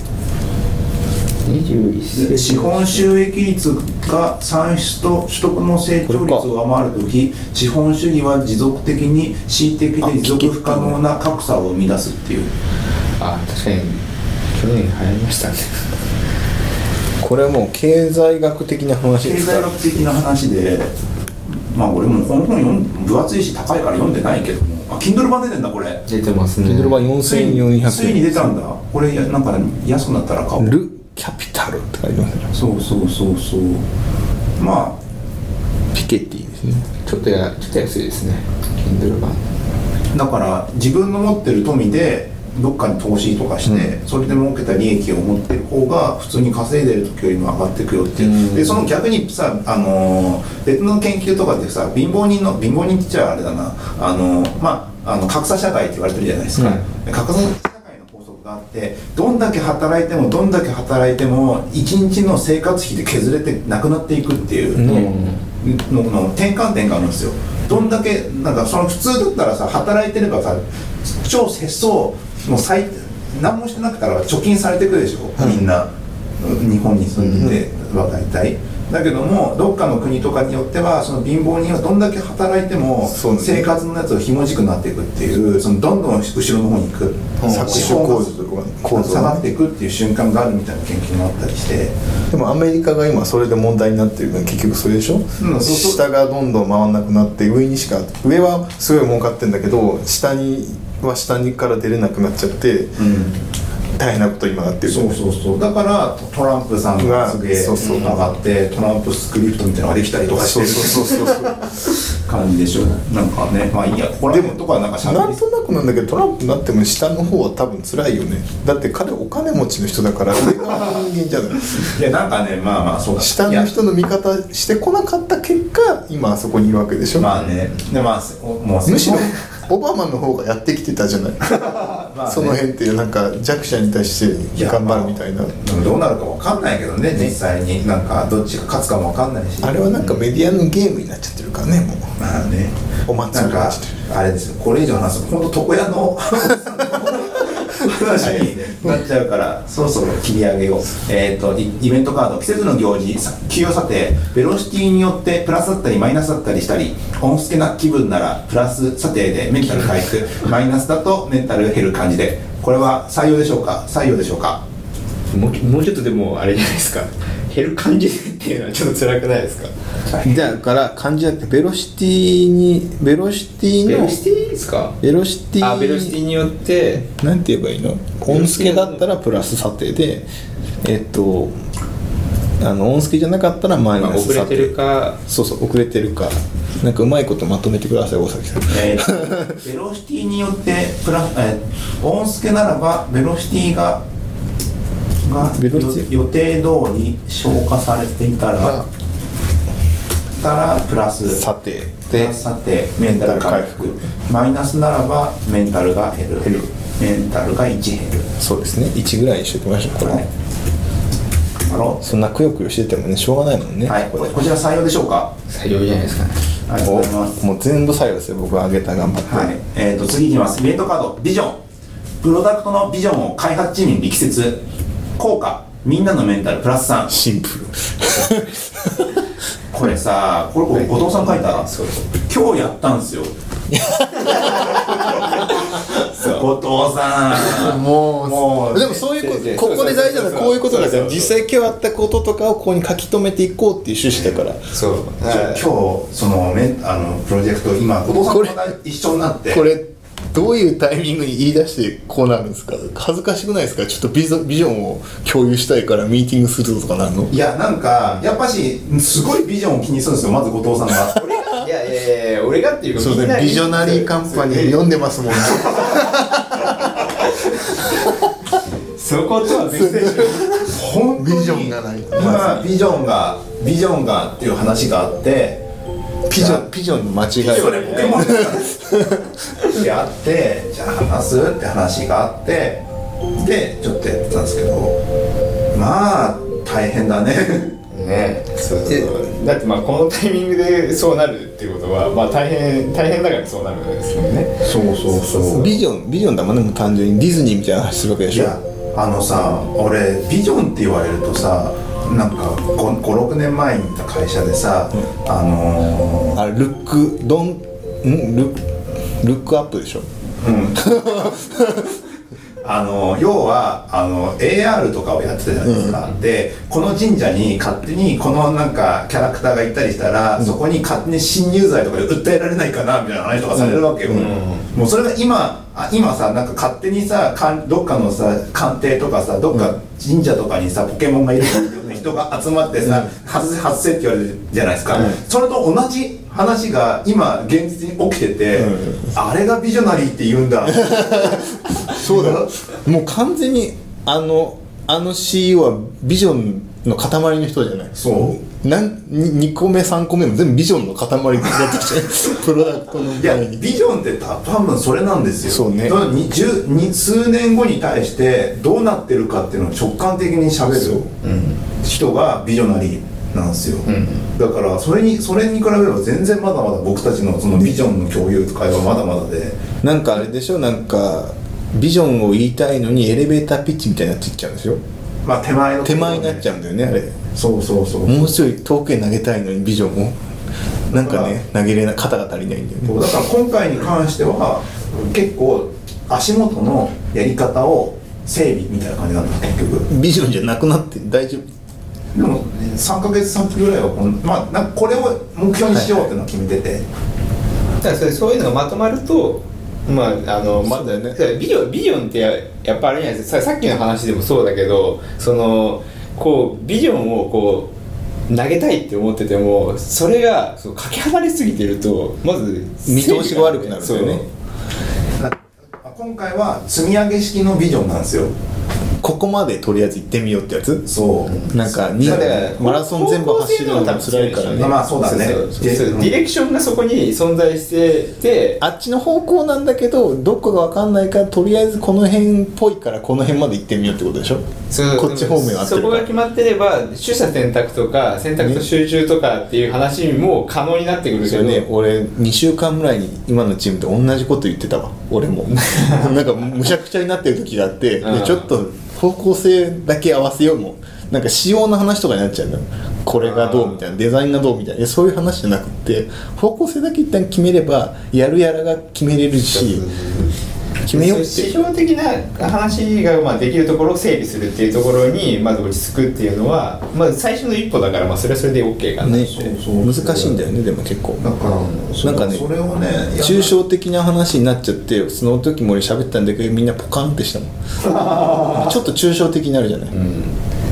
にじゅういっせいき資本収益率が産出と取得の成長率を上回るとき資本主義は持続的に恣意的で持続不可能な格差を生み出すっていう。 あ確かに去年流行りましたねこれはもう経済学的な話ですか？ 経済学的な話でまあ俺もこの本読ん分厚いし高いから読んでないけどもあ Kindle 版出てんだこれ出てますね Kindle 版よんせんよんひゃくえんついに出たんだこれなんか安くなったら買おうルキャピタルって書いてますね。 そうそうそうそうまあピケティですね。 ちょっとやちょっと安いですね Kindle 版だから自分の持ってる富でどっかに投資とかして、うん、それで儲けた利益を持ってる方が普通に稼いでる時よりも上がっていくよっていう、うん、でその逆にさあの別の研究とかでさ貧乏人の貧乏人って言っちゃあれだなあのまああの格差社会って言われてるじゃないですか、うん、格差社会の法則があってどんだけ働いてもどんだけ働いてもいちにちの生活費で削れてなくなっていくっていうのの、の転換点があるんですよ。どんだけなんかその普通だったらさ働いてればさ超節操もう最何もしてなくたら貯金されていくでしょ、みんな日本に住んでては大体だけどもどっかの国とかによってはその貧乏人はどんだけ働いても生活のやつがひもじくなっていくっていうそのどんどん後ろの方に行く搾取構図が下がっていくっていう瞬間があるみたいな研究もあったりしてでもアメリカが今それで問題になってるのは結局それでしょ、うん、そうそう下がどんどん回んなくなって上にしか上はすごい儲かってるんだけど下には下にから出れなくなっちゃって、うん、大変なことに今なってる、 そうそうそうだからトランプさんがすげえ上がってトランプスクリプトみたいなのができたりとかしてるそうそうそう感じでしょなんかねまあいいやここら辺とかなんかしゃべりなんとなくなんだけどトランプになっても下の方は多分辛いよねだって彼お金持ちの人だから上側の人間じゃないいやなんかねまあまあそうだ下の人の味方してこなかった結果今あそこにいるわけでしょまあねでまあもうむしろオバマの方がやってきてたじゃないまあ、ね、その辺ってなんか弱者に対して頑張るみたいな、まあ、どうなるか分かんないけどね実際になんかどっちが勝つかも分かんないしあれはなんかメディアのゲームになっちゃってるからねもうまあねお祭りになっちゃってるあれですよこれ以上話すと本当床屋の話になっちゃうからそろそろ切り上げよう、えー、と イ, イベントカード季節の行事給与査定ベロシティによってプラスだったりマイナスだったりしたり音助な気分ならプラス査定でメンタル回復マイナスだとメンタル減る感じでこれは採用でしょうか採用でしょうかもう、もうちょっとでもあれじゃないですか減る感じでっていうのはちょっと辛くないですかだから漢字だってベロシティにベロシティのベロシティですかベロシティあベロシティによってなんて言えばいいの音助だったらプラス査定でえっとあの音助じゃなかったらマイまあ、 ナス遅れてるかそうそう遅れてるかなんかうまいことまとめてください大崎さん。 えー、ベロシティによってプラ、えー、音助ならばベロシティががベロシティ予定通り消化されていたらたらプラスさてプラスさてメンタル回復マイナスならばメンタルが減る減るメンタルがいち減る。 そうですねいちぐらいにしときましょうこれ、 はい、あのそんなくよくよしててもねしょうがないもんね、 はい、 これこちら採用でしょうか。 採用じゃないですかね。 ありがとうございます。 おもう全部採用ですよ僕あげた頑張って、 はい、えー、と次いきます。イベントカードビジョンプロダクトのビジョンを開発チームに力説効果みんなのメンタルプラスさん。 シンプルこれさこれこれ後藤さん書いたそう今日やったんですよ後藤さんもうもうでもそういうことででここで大事なのはこういうことだからそうそうそう実際今日あったこととかをここに書き留めていこうっていう趣旨だからそうじゃあ今日そのメンあのプロジェクト今後藤さんとまた一緒になってこれどういうタイミングに言い出してこうなるんですか恥ずかしくないですかちょっとビジョンビジョンを共有したいからミーティングするとかなるのいやなんかやっぱしすごいビジョンを気にするんですよまず後藤さんがいやいやいや俺がっていうかそうみんなねビジョナリーカンパニー読んでますもんねそことは別に本当にビジョンがない今ビジョンがビジョンがっていう話があってピジョンピジョンの間違いそれポケモンであってじゃあ話すって話があってでちょっとやってたんですけどまあ大変だねねそうそうそうだってまあこのタイミングでそうなるっていうことはまあ大変大変だからそうなるんですよね。 そうそうそうビジョンビジョンだもんねもう単純にディズニーみたいな話するわけでしょいやあのさ俺ビジョンって言われるとさなんかごろくねんまえにいた会社でさ、うん、あのー、 あれルックドンんルルックアップでしょうんあの要はあの エーアール とかをやってたじゃないですか、うん、でこの神社に勝手にこのなんかキャラクターがいたりしたら、うん、そこに勝手に侵入罪とかで訴えられないかなみたいな話とかされるわけよ、うんうん、もうそれが今あ今さなんか勝手にさかんどっかのさ官邸とかさどっか神社とかにさポケモンがいる人が集まってさ、うん、発生発生って言われるじゃないですか、うん、それと同じ話が今現実に起きてて、うん、あれがビジョナリーって言うんだそうだもう完全にあのあの シーイーオー はビジョンの塊の人じゃない。 そうなんにこめさんこめも全部ビジョンの塊だったしプロダクトのいやビジョンって多分それなんですよ。 そうねにじゅうに数年後に対してどうなってるかっていうのを直感的にしゃべる人がビジョナリーなんですよ、うん、だからそれにそれに比べれば全然まだまだ僕たちのそのビジョンの共有とかはまだまだでなんかあれでしょなんかビジョンを言いたいのにエレベーターピッチみたいになっていっちゃうんですよ。 まあ手前の、ね、 手前になっちゃうんだよねあれ。 そうそうそうもうちょい遠くへ投げたいのにビジョンをなんかね投げれない肩が足りないんだよね。 だから今回に関しては結構足元のやり方を整備みたいな感じなんだ結局ビジョンじゃなくなって大丈夫。 でもさんかげつ先ぐらいはこの、まあ、なんかこれを目標にしようっていうのを決めてて、はい、 だからそれそういうのがまとまるとまああのまだよねビジョンビジョンって や, やっぱあれじゃないですかさっきの話でもそうだけどそのこうビジョンをこう投げたいって思っててもそれがそうかけ離れすぎてるとまず見通しが悪くなるんだよね。 今回は積み上げ式のビジョンなんですよ。 ここまでとりあえず行ってみようってやつ。 そうなんかにマラソン全部走るのが辛いからね。 まあそうだね。 そうそうそうディレクションがそこに存在しててあっちの方向なんだけどどこが分かんないからとりあえずこの辺っぽいからこの辺まで行ってみようってことでしょ。こっち方面は合ってるからそこが決まってれば取捨選択とか選択と集中とかっていう話も可能になってくるけど、 ね、俺にしゅうかんぐらいに今のチームと同じこと言ってたわ俺もなんかむしゃくちゃになってる時があってでちょっと方向性だけ合わせようもなんか仕様の話とかになっちゃうのこれがどうみたいなデザインがどうみたいなそういう話じゃなくて方向性だけ一旦決めればやるやらが決めれるし決めようって指標的な話がまあできるところを整備するっていうところにまず落ち着くっていうのはまず最初の一歩だからまあそれはそれで OK かな、ね、 そうそう難しいんだよねでも結構だからなんかねそれをね抽象的な話になっちゃってその時も俺喋ったんだけどみんなポカンってしたもんちょっと抽象的になるじゃない、うん、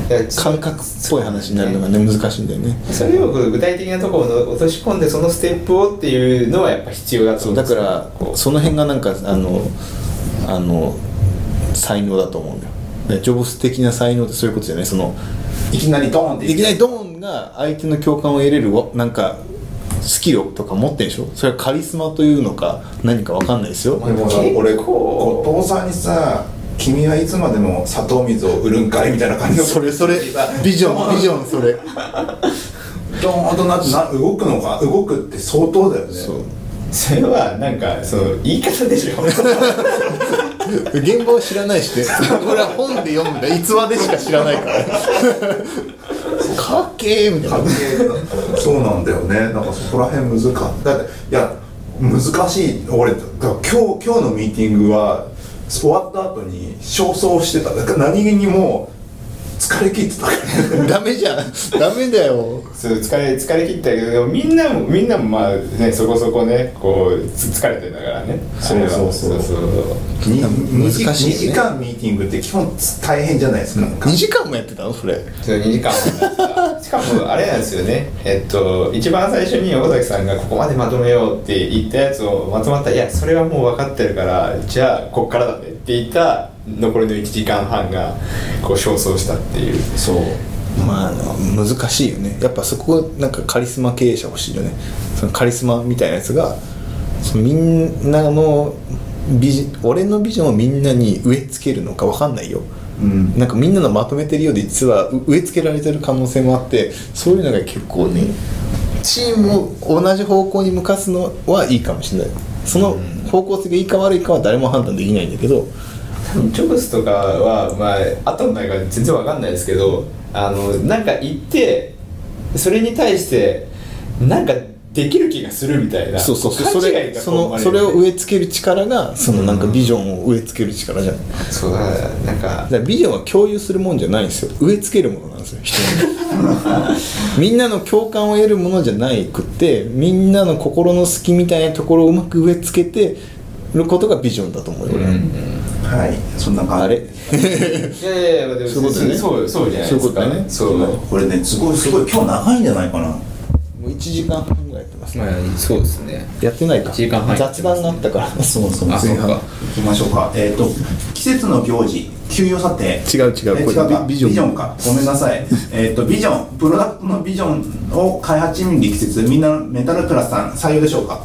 感覚っぽい話になるのがね難しいんだよね。 それを具体的なところを落とし込んでそのステップをっていうのはやっぱ必要だと思うんですよ。 だからその辺がなんかあのあの才能だと思うんだよ。ジョブス的な才能ってそういうことじゃない。そのいきなりドーンっていきなりドーンが相手の共感を得れるなんかスキルとか持ってんでしょ。それはカリスマというのか何か分かんないですよ。 でもさ俺後藤さんにさ君はいつまでも砂糖水を売るんかいみたいな感じのそれそれビジョンビジョンそれドーンとなってな動くのか動くって相当だよね。 そうそれはなんかその言い方でしょ言語を知らないしねこれは本で読むんだ逸話でしか知らないからかっけーみたいな。 そうなんだよね。なんかそこら辺難しい。だっていや難しい。俺だから今日今日のミーティングは終わった後に焦燥してた。だから何気にもう疲れ切ってたからダメじゃんダメだよ。 そう疲れ疲れ切ったけどでもみんなもみんなもまあねそこそこねこうつ疲れてんだからね。 そうそうそうそうに難しいよね。 にじかんミーティングって基本大変じゃないですか。 にじかんもやってたのそれ。 そうにじかんもやったしかもあれなんですよねえっと一番最初に岡崎さんがここまでまとめようって言ったやつをまとまったいやそれはもう分かってるからじゃあこっからだねって言った残りのいちじかんはんがこう焦燥したっていう。 そうまあ難しいよね。やっぱそこなんかカリスマ経営者欲しいよね。そのカリスマみたいなやつがそのみんなのビジ俺のビジョンをみんなに植え付けるのか分かんないよ、うん、なんかみんなのまとめてるようで実は植え付けられてる可能性もあってそういうのが結構ねチームを同じ方向に向かすのはいいかもしれない。その方向性がいいか悪いかは誰も判断できないんだけどジョブスとかはまあ後のないから全然わかんないですけどあのなんか言ってそれに対してなんかできる気がするみたいなそうそうそう勘違いがそれそのそれを植え付ける力がそのなんかビジョンを植え付ける力じゃん、うん、 そうだなんかだからビジョンは共有するもんじゃないんですよ。植え付けるものなんですよ人にみんなの共感を得るものじゃないくってみんなの心の隙みたいなところをうまく植え付けてることがビジョンだと思うよ俺、うんうんはい、そんな感じ。 あれいやいやいやでもそういうことね。 そうそうじゃないですか。 そういうことね。 そうこれねすごいすごい今日長いんじゃないかな。 もういちじかんはんぐらいやってますね。 まあそうですね。 やってないか。 いちじかんはん雑談があったから。 そうそうあ前半そうか行きましょうか。えっ、ー、と季節の行事給与査定。 違う違う。 えこれ違うかビビジョンジョンか。ごめんなさい。えっとビジョンプロダクトのビジョンを開発チームに力説みんなメタルプラスさん採用でしょうか。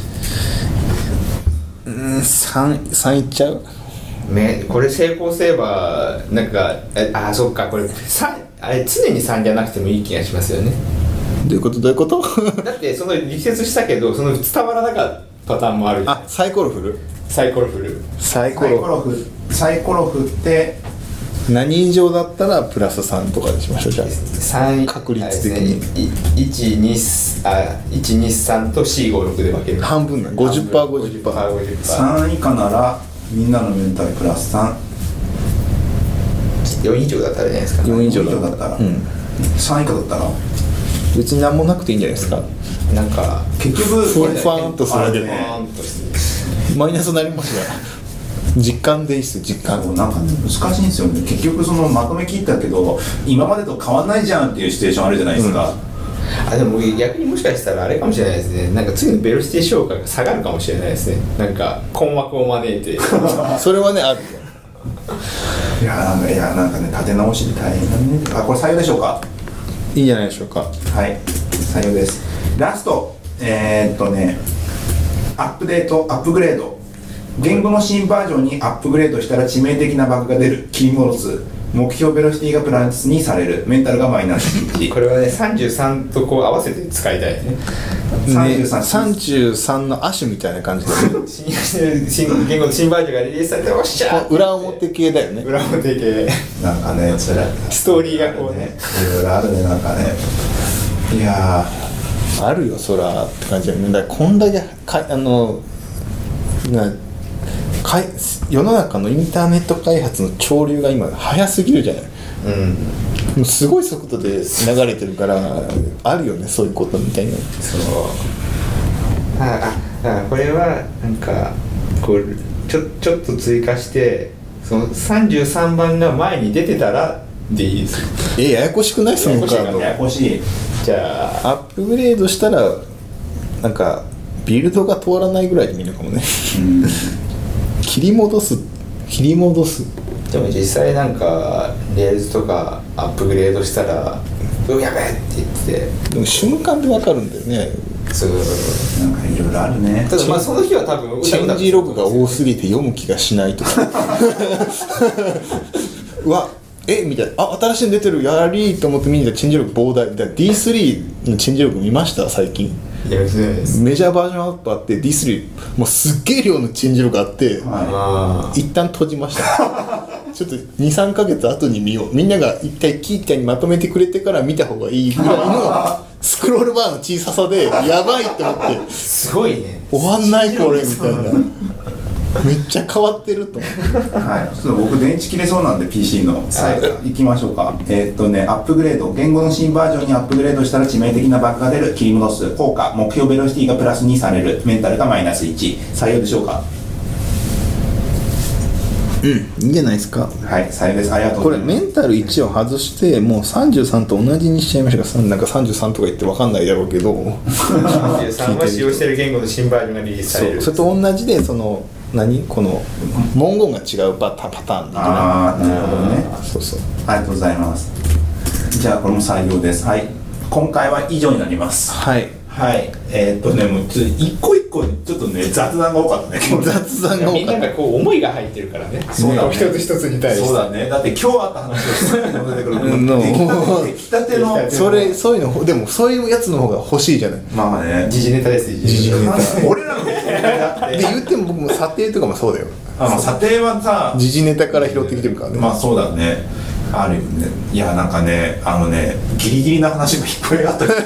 うーんさんさんいっちゃう。 めこれ成功すればなんかえあそっかこれさあれ常にさんじゃなくてもいい気がしますよね。 どういうことどういうことだってその力説したけどその伝わらなかったパターンもあるじゃないあサイコロ振るサイコロ振るサイコサイコロロ振サイコロ振って何以上だったらプラスさんとかにしましょう。じゃあさん確率的にいちにあいちにさんとよんごろくで分ける半分だ ごじゅっパーセントごじゅっパーセントごじゅっパーセントさん以下ならみんなのメンタルプラスさん。 よん以上だったらじゃないですか。 よん以上だだったら、 うんさん以下だったら別に何もなくていいんじゃないですか。 なんか結局ふわふわーんとするだけであれねパーンとしてマイナスになりますよ実感でいいっすよ実感。 そうなんかね難しいんですよね。結局そのまとめ切ったけど今までと変わんないじゃんっていうシチュエーションあるじゃないですか、 あでも逆にもしかしたらあれかもしれないですね。なんか次のベロシティ消化が下がるかもしれないですね。なんか困惑を招いてそれはねあるよ。 いやなんかいやなんかね立て直しで大変だね。あこれ採用でしょうか。 いいんじゃないでしょうか。 はい採用です。ラストえー、っとねアップデートアップグレード言語の新バージョンにアップグレードしたら致命的なバグが出る切り戻す目標ベロシティがプラスにされるメンタルがマイナスいちこれはねさんじゅうさんとこう合わせて使いたいね。 さんじゅうさん、 ね、さんじゅうさんの亜種みたいな感じで新新言語の新バージョンがリリースされておっしゃー裏表系だよね。 裏表系なんかねそれストーリーがこうねねいろいろあるねなんかねいやあるよそらって感じだよね。だからこんだけかあのなかい世の中のインターネット開発の潮流が今早すぎるじゃない。 うんもうすごい速度で流れてるからあるよねそういうことみたいな。 そうああこれはなんかこうちょちょっと追加してそのさんじゅうさんばんが前に出てたらでいいです。 えややこしくないそのカード。 ややこしい。 じゃあアップグレードしたらなんかビルドが通らないぐらいで見るかもね。切り戻す切り戻すでも実際なんかレールズとかアップグレードしたらうわやべえって言ってて、 でも瞬間でわかるんだよね。 そうなんかいろいろあるね。 ただまあその日は多分チェンジログが多すぎて読む気がしないとかうわえみたいな、あ新しいの出てるやりーと思って見に行ったチェンジログ膨大みたいな。 ディースリー のチェンジログ見ました最近。 いや別にないです。 メジャーバージョンアップあって ディースリー もうすっげえ量のチェンジログあって、 はあ一旦閉じましたちょっと にさんかげつ後に見よう。みんなが一回キーちゃんにまとめてくれてから見た方がいいぐらいのスクロールバーの小ささでやばいって思ってあすごいね。 終わんないこれみたいなめっちゃ変わってると思ってい。はい。ちょっと僕電池切れそうなんで ピーシー の。 はい行きましょうか。えーっとね、アップグレード。言語の新バージョンにアップグレードしたら致命的なバグが出る。切り戻す。効果。目標ベロシティがプラスにされる。メンタルがマイナスいち。採用でしょうか。 うんいいんじゃないですか。 はい、採用です。ありがとうこれございます。 メンタルいちを外してもうさんじゅうさんと同じにしちゃいましたが、なんかさんじゅうさんとか言って分かんないだろうけどさんじゅうさんは使用している言語の新バージョンがリリースされる。 それと同じでその何この文言が違うパタパターンでいいああ、なるほどね。 そうそうありがとうございます。じゃあこれも採用です。はい。今回は以上になります。 はいはい。えーっとね、もうちょっと一個一個ちょっとね雑談が多かったね。 雑談がみんな多かったがこう思いが入ってるからね。 そうだね一つ一つに対して。 そうだね。だって今日あった話をするの出てくる。 うんの出来たて出来たての。 それそういうのでもそういうやつの方が欲しいじゃない。 まあね。 時事ネタです。時事ネタ。 俺らの時事ネタだってで言っても僕も査定とかもそうだよ。 あの査定はさ、 時事ネタから拾ってきてるからね。 まあそうだね。あるよね。いやなんかね、あのね、ギリギリな話がいっぱいあったけど。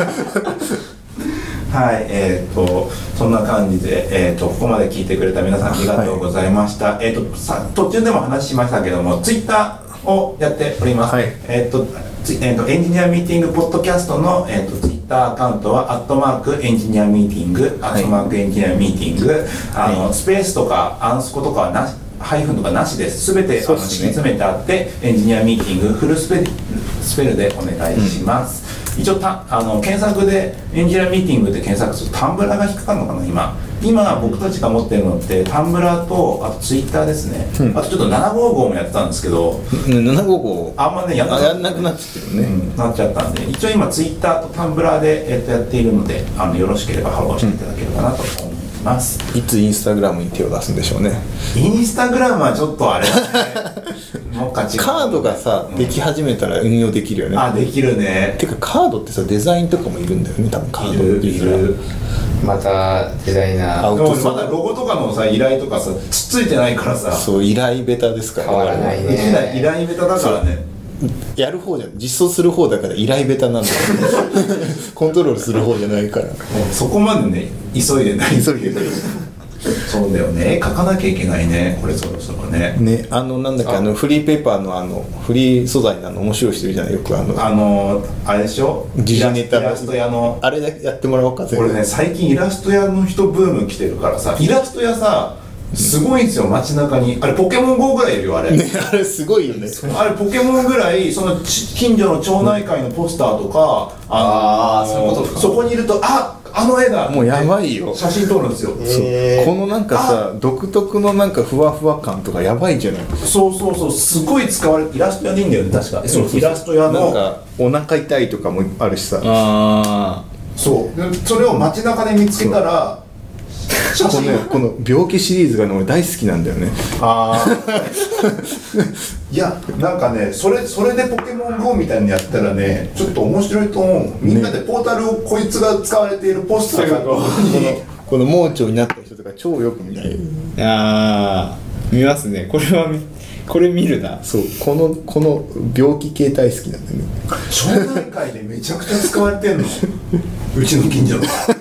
はい、えー、とそんな感じで、えー、とここまで聞いてくれた皆さんありがとうございました、はい。えー、とさ途中でも話しましたけども、ツイッターをやっております。 はい。 えー、とつえー、とエンジニアミーティングポッドキャストの、えー、とツイッターアカウントはアットマークエンジニアミーティング、アットマークエンジニアミーティング、あのスペースとかアンスコとかはなし、ハイフンとかなしです。すべてあの敷き詰めてあって、エンジニアミーティングフルスペルスペルでお願いします。うん、一応たあの検索でエンジニアミーティングで検索するとタンブラーが引っかかるのかな。今今僕たちが持ってるのってタンブラーとあとツイッターですね、うん、あとちょっとななごーごーもやってたんですけど、 ななごーごーあんまねやんなやんなくなっちゃってるね、 うん、なっちゃったんで、一応今ツイッターとタンブラーで、えっと、やっているので、あのよろしければフォローしていただければなと思います。 いつインスタグラムに手を出すんでしょうね。 インスタグラムはちょっとあれだねもうか違う。 カードがさ、うん、でき始めたら運用できるよね。 あ、できるね。 てかカードってさデザインとかもいるんだよね多分。カードっている。 またデザイナーでもまだロゴとかのさ依頼とかさつっついてないからさ。 そう依頼ベタですから変わらないね。 依頼ベタだからね。 やる方じゃ実装する方だから依頼ベタなんだよコントロールする方じゃないから。 そこまでね急いでない。 急いでないそうだよね。書かなきゃいけないね。これそろそろね。 ね、あのなんだっけ、あのフリーペーパーのあのフリー素材のあの面白い人いるじゃない。よくあのあのあれでしょ。 時事ネタイラスト屋のあれだけやってもらおうか。 俺ね最近イラスト屋の人ブーム来てるからさ。イラスト屋さすごいんですよ街中に。あれポケモン ゴー ぐらいいるよあれ。 ね、あれすごいよね。 あれポケモンぐらいその近所の町内会のポスターとか、うん、ああそういうことか。そこにいるとああの絵だもうやばいよ。 写真撮るんですよ。 そうこのなんかさ独特のなんかふわふわ感とかやばいじゃない。 そうそうそうすごい使われる。イラスト屋でいいんだよね確か。そうイラスト屋のなんかお腹痛いとかもあるしさ。 あそうそれを街中で見つけたらこの、ね、この病気シリーズが、ね、俺大好きなんだよね。 ああいやなんかねそれそれでポケモン ゴー みたいにやったらねちょっと面白いと思う。みんなでポータルをこいつが使われているポスターがこのこの盲腸になった人とか超よく見ない。 ああ見ますね。これはこれ見るな。 そうこのこの病気系大好きなんだよね。 町内会でめちゃくちゃ使われてんのうちの近所の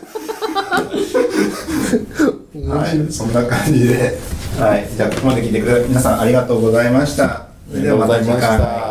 はい、そんな感じで、はい、じゃあここまで聞いてくれた皆さんありがとうございました。 ありがとうございました。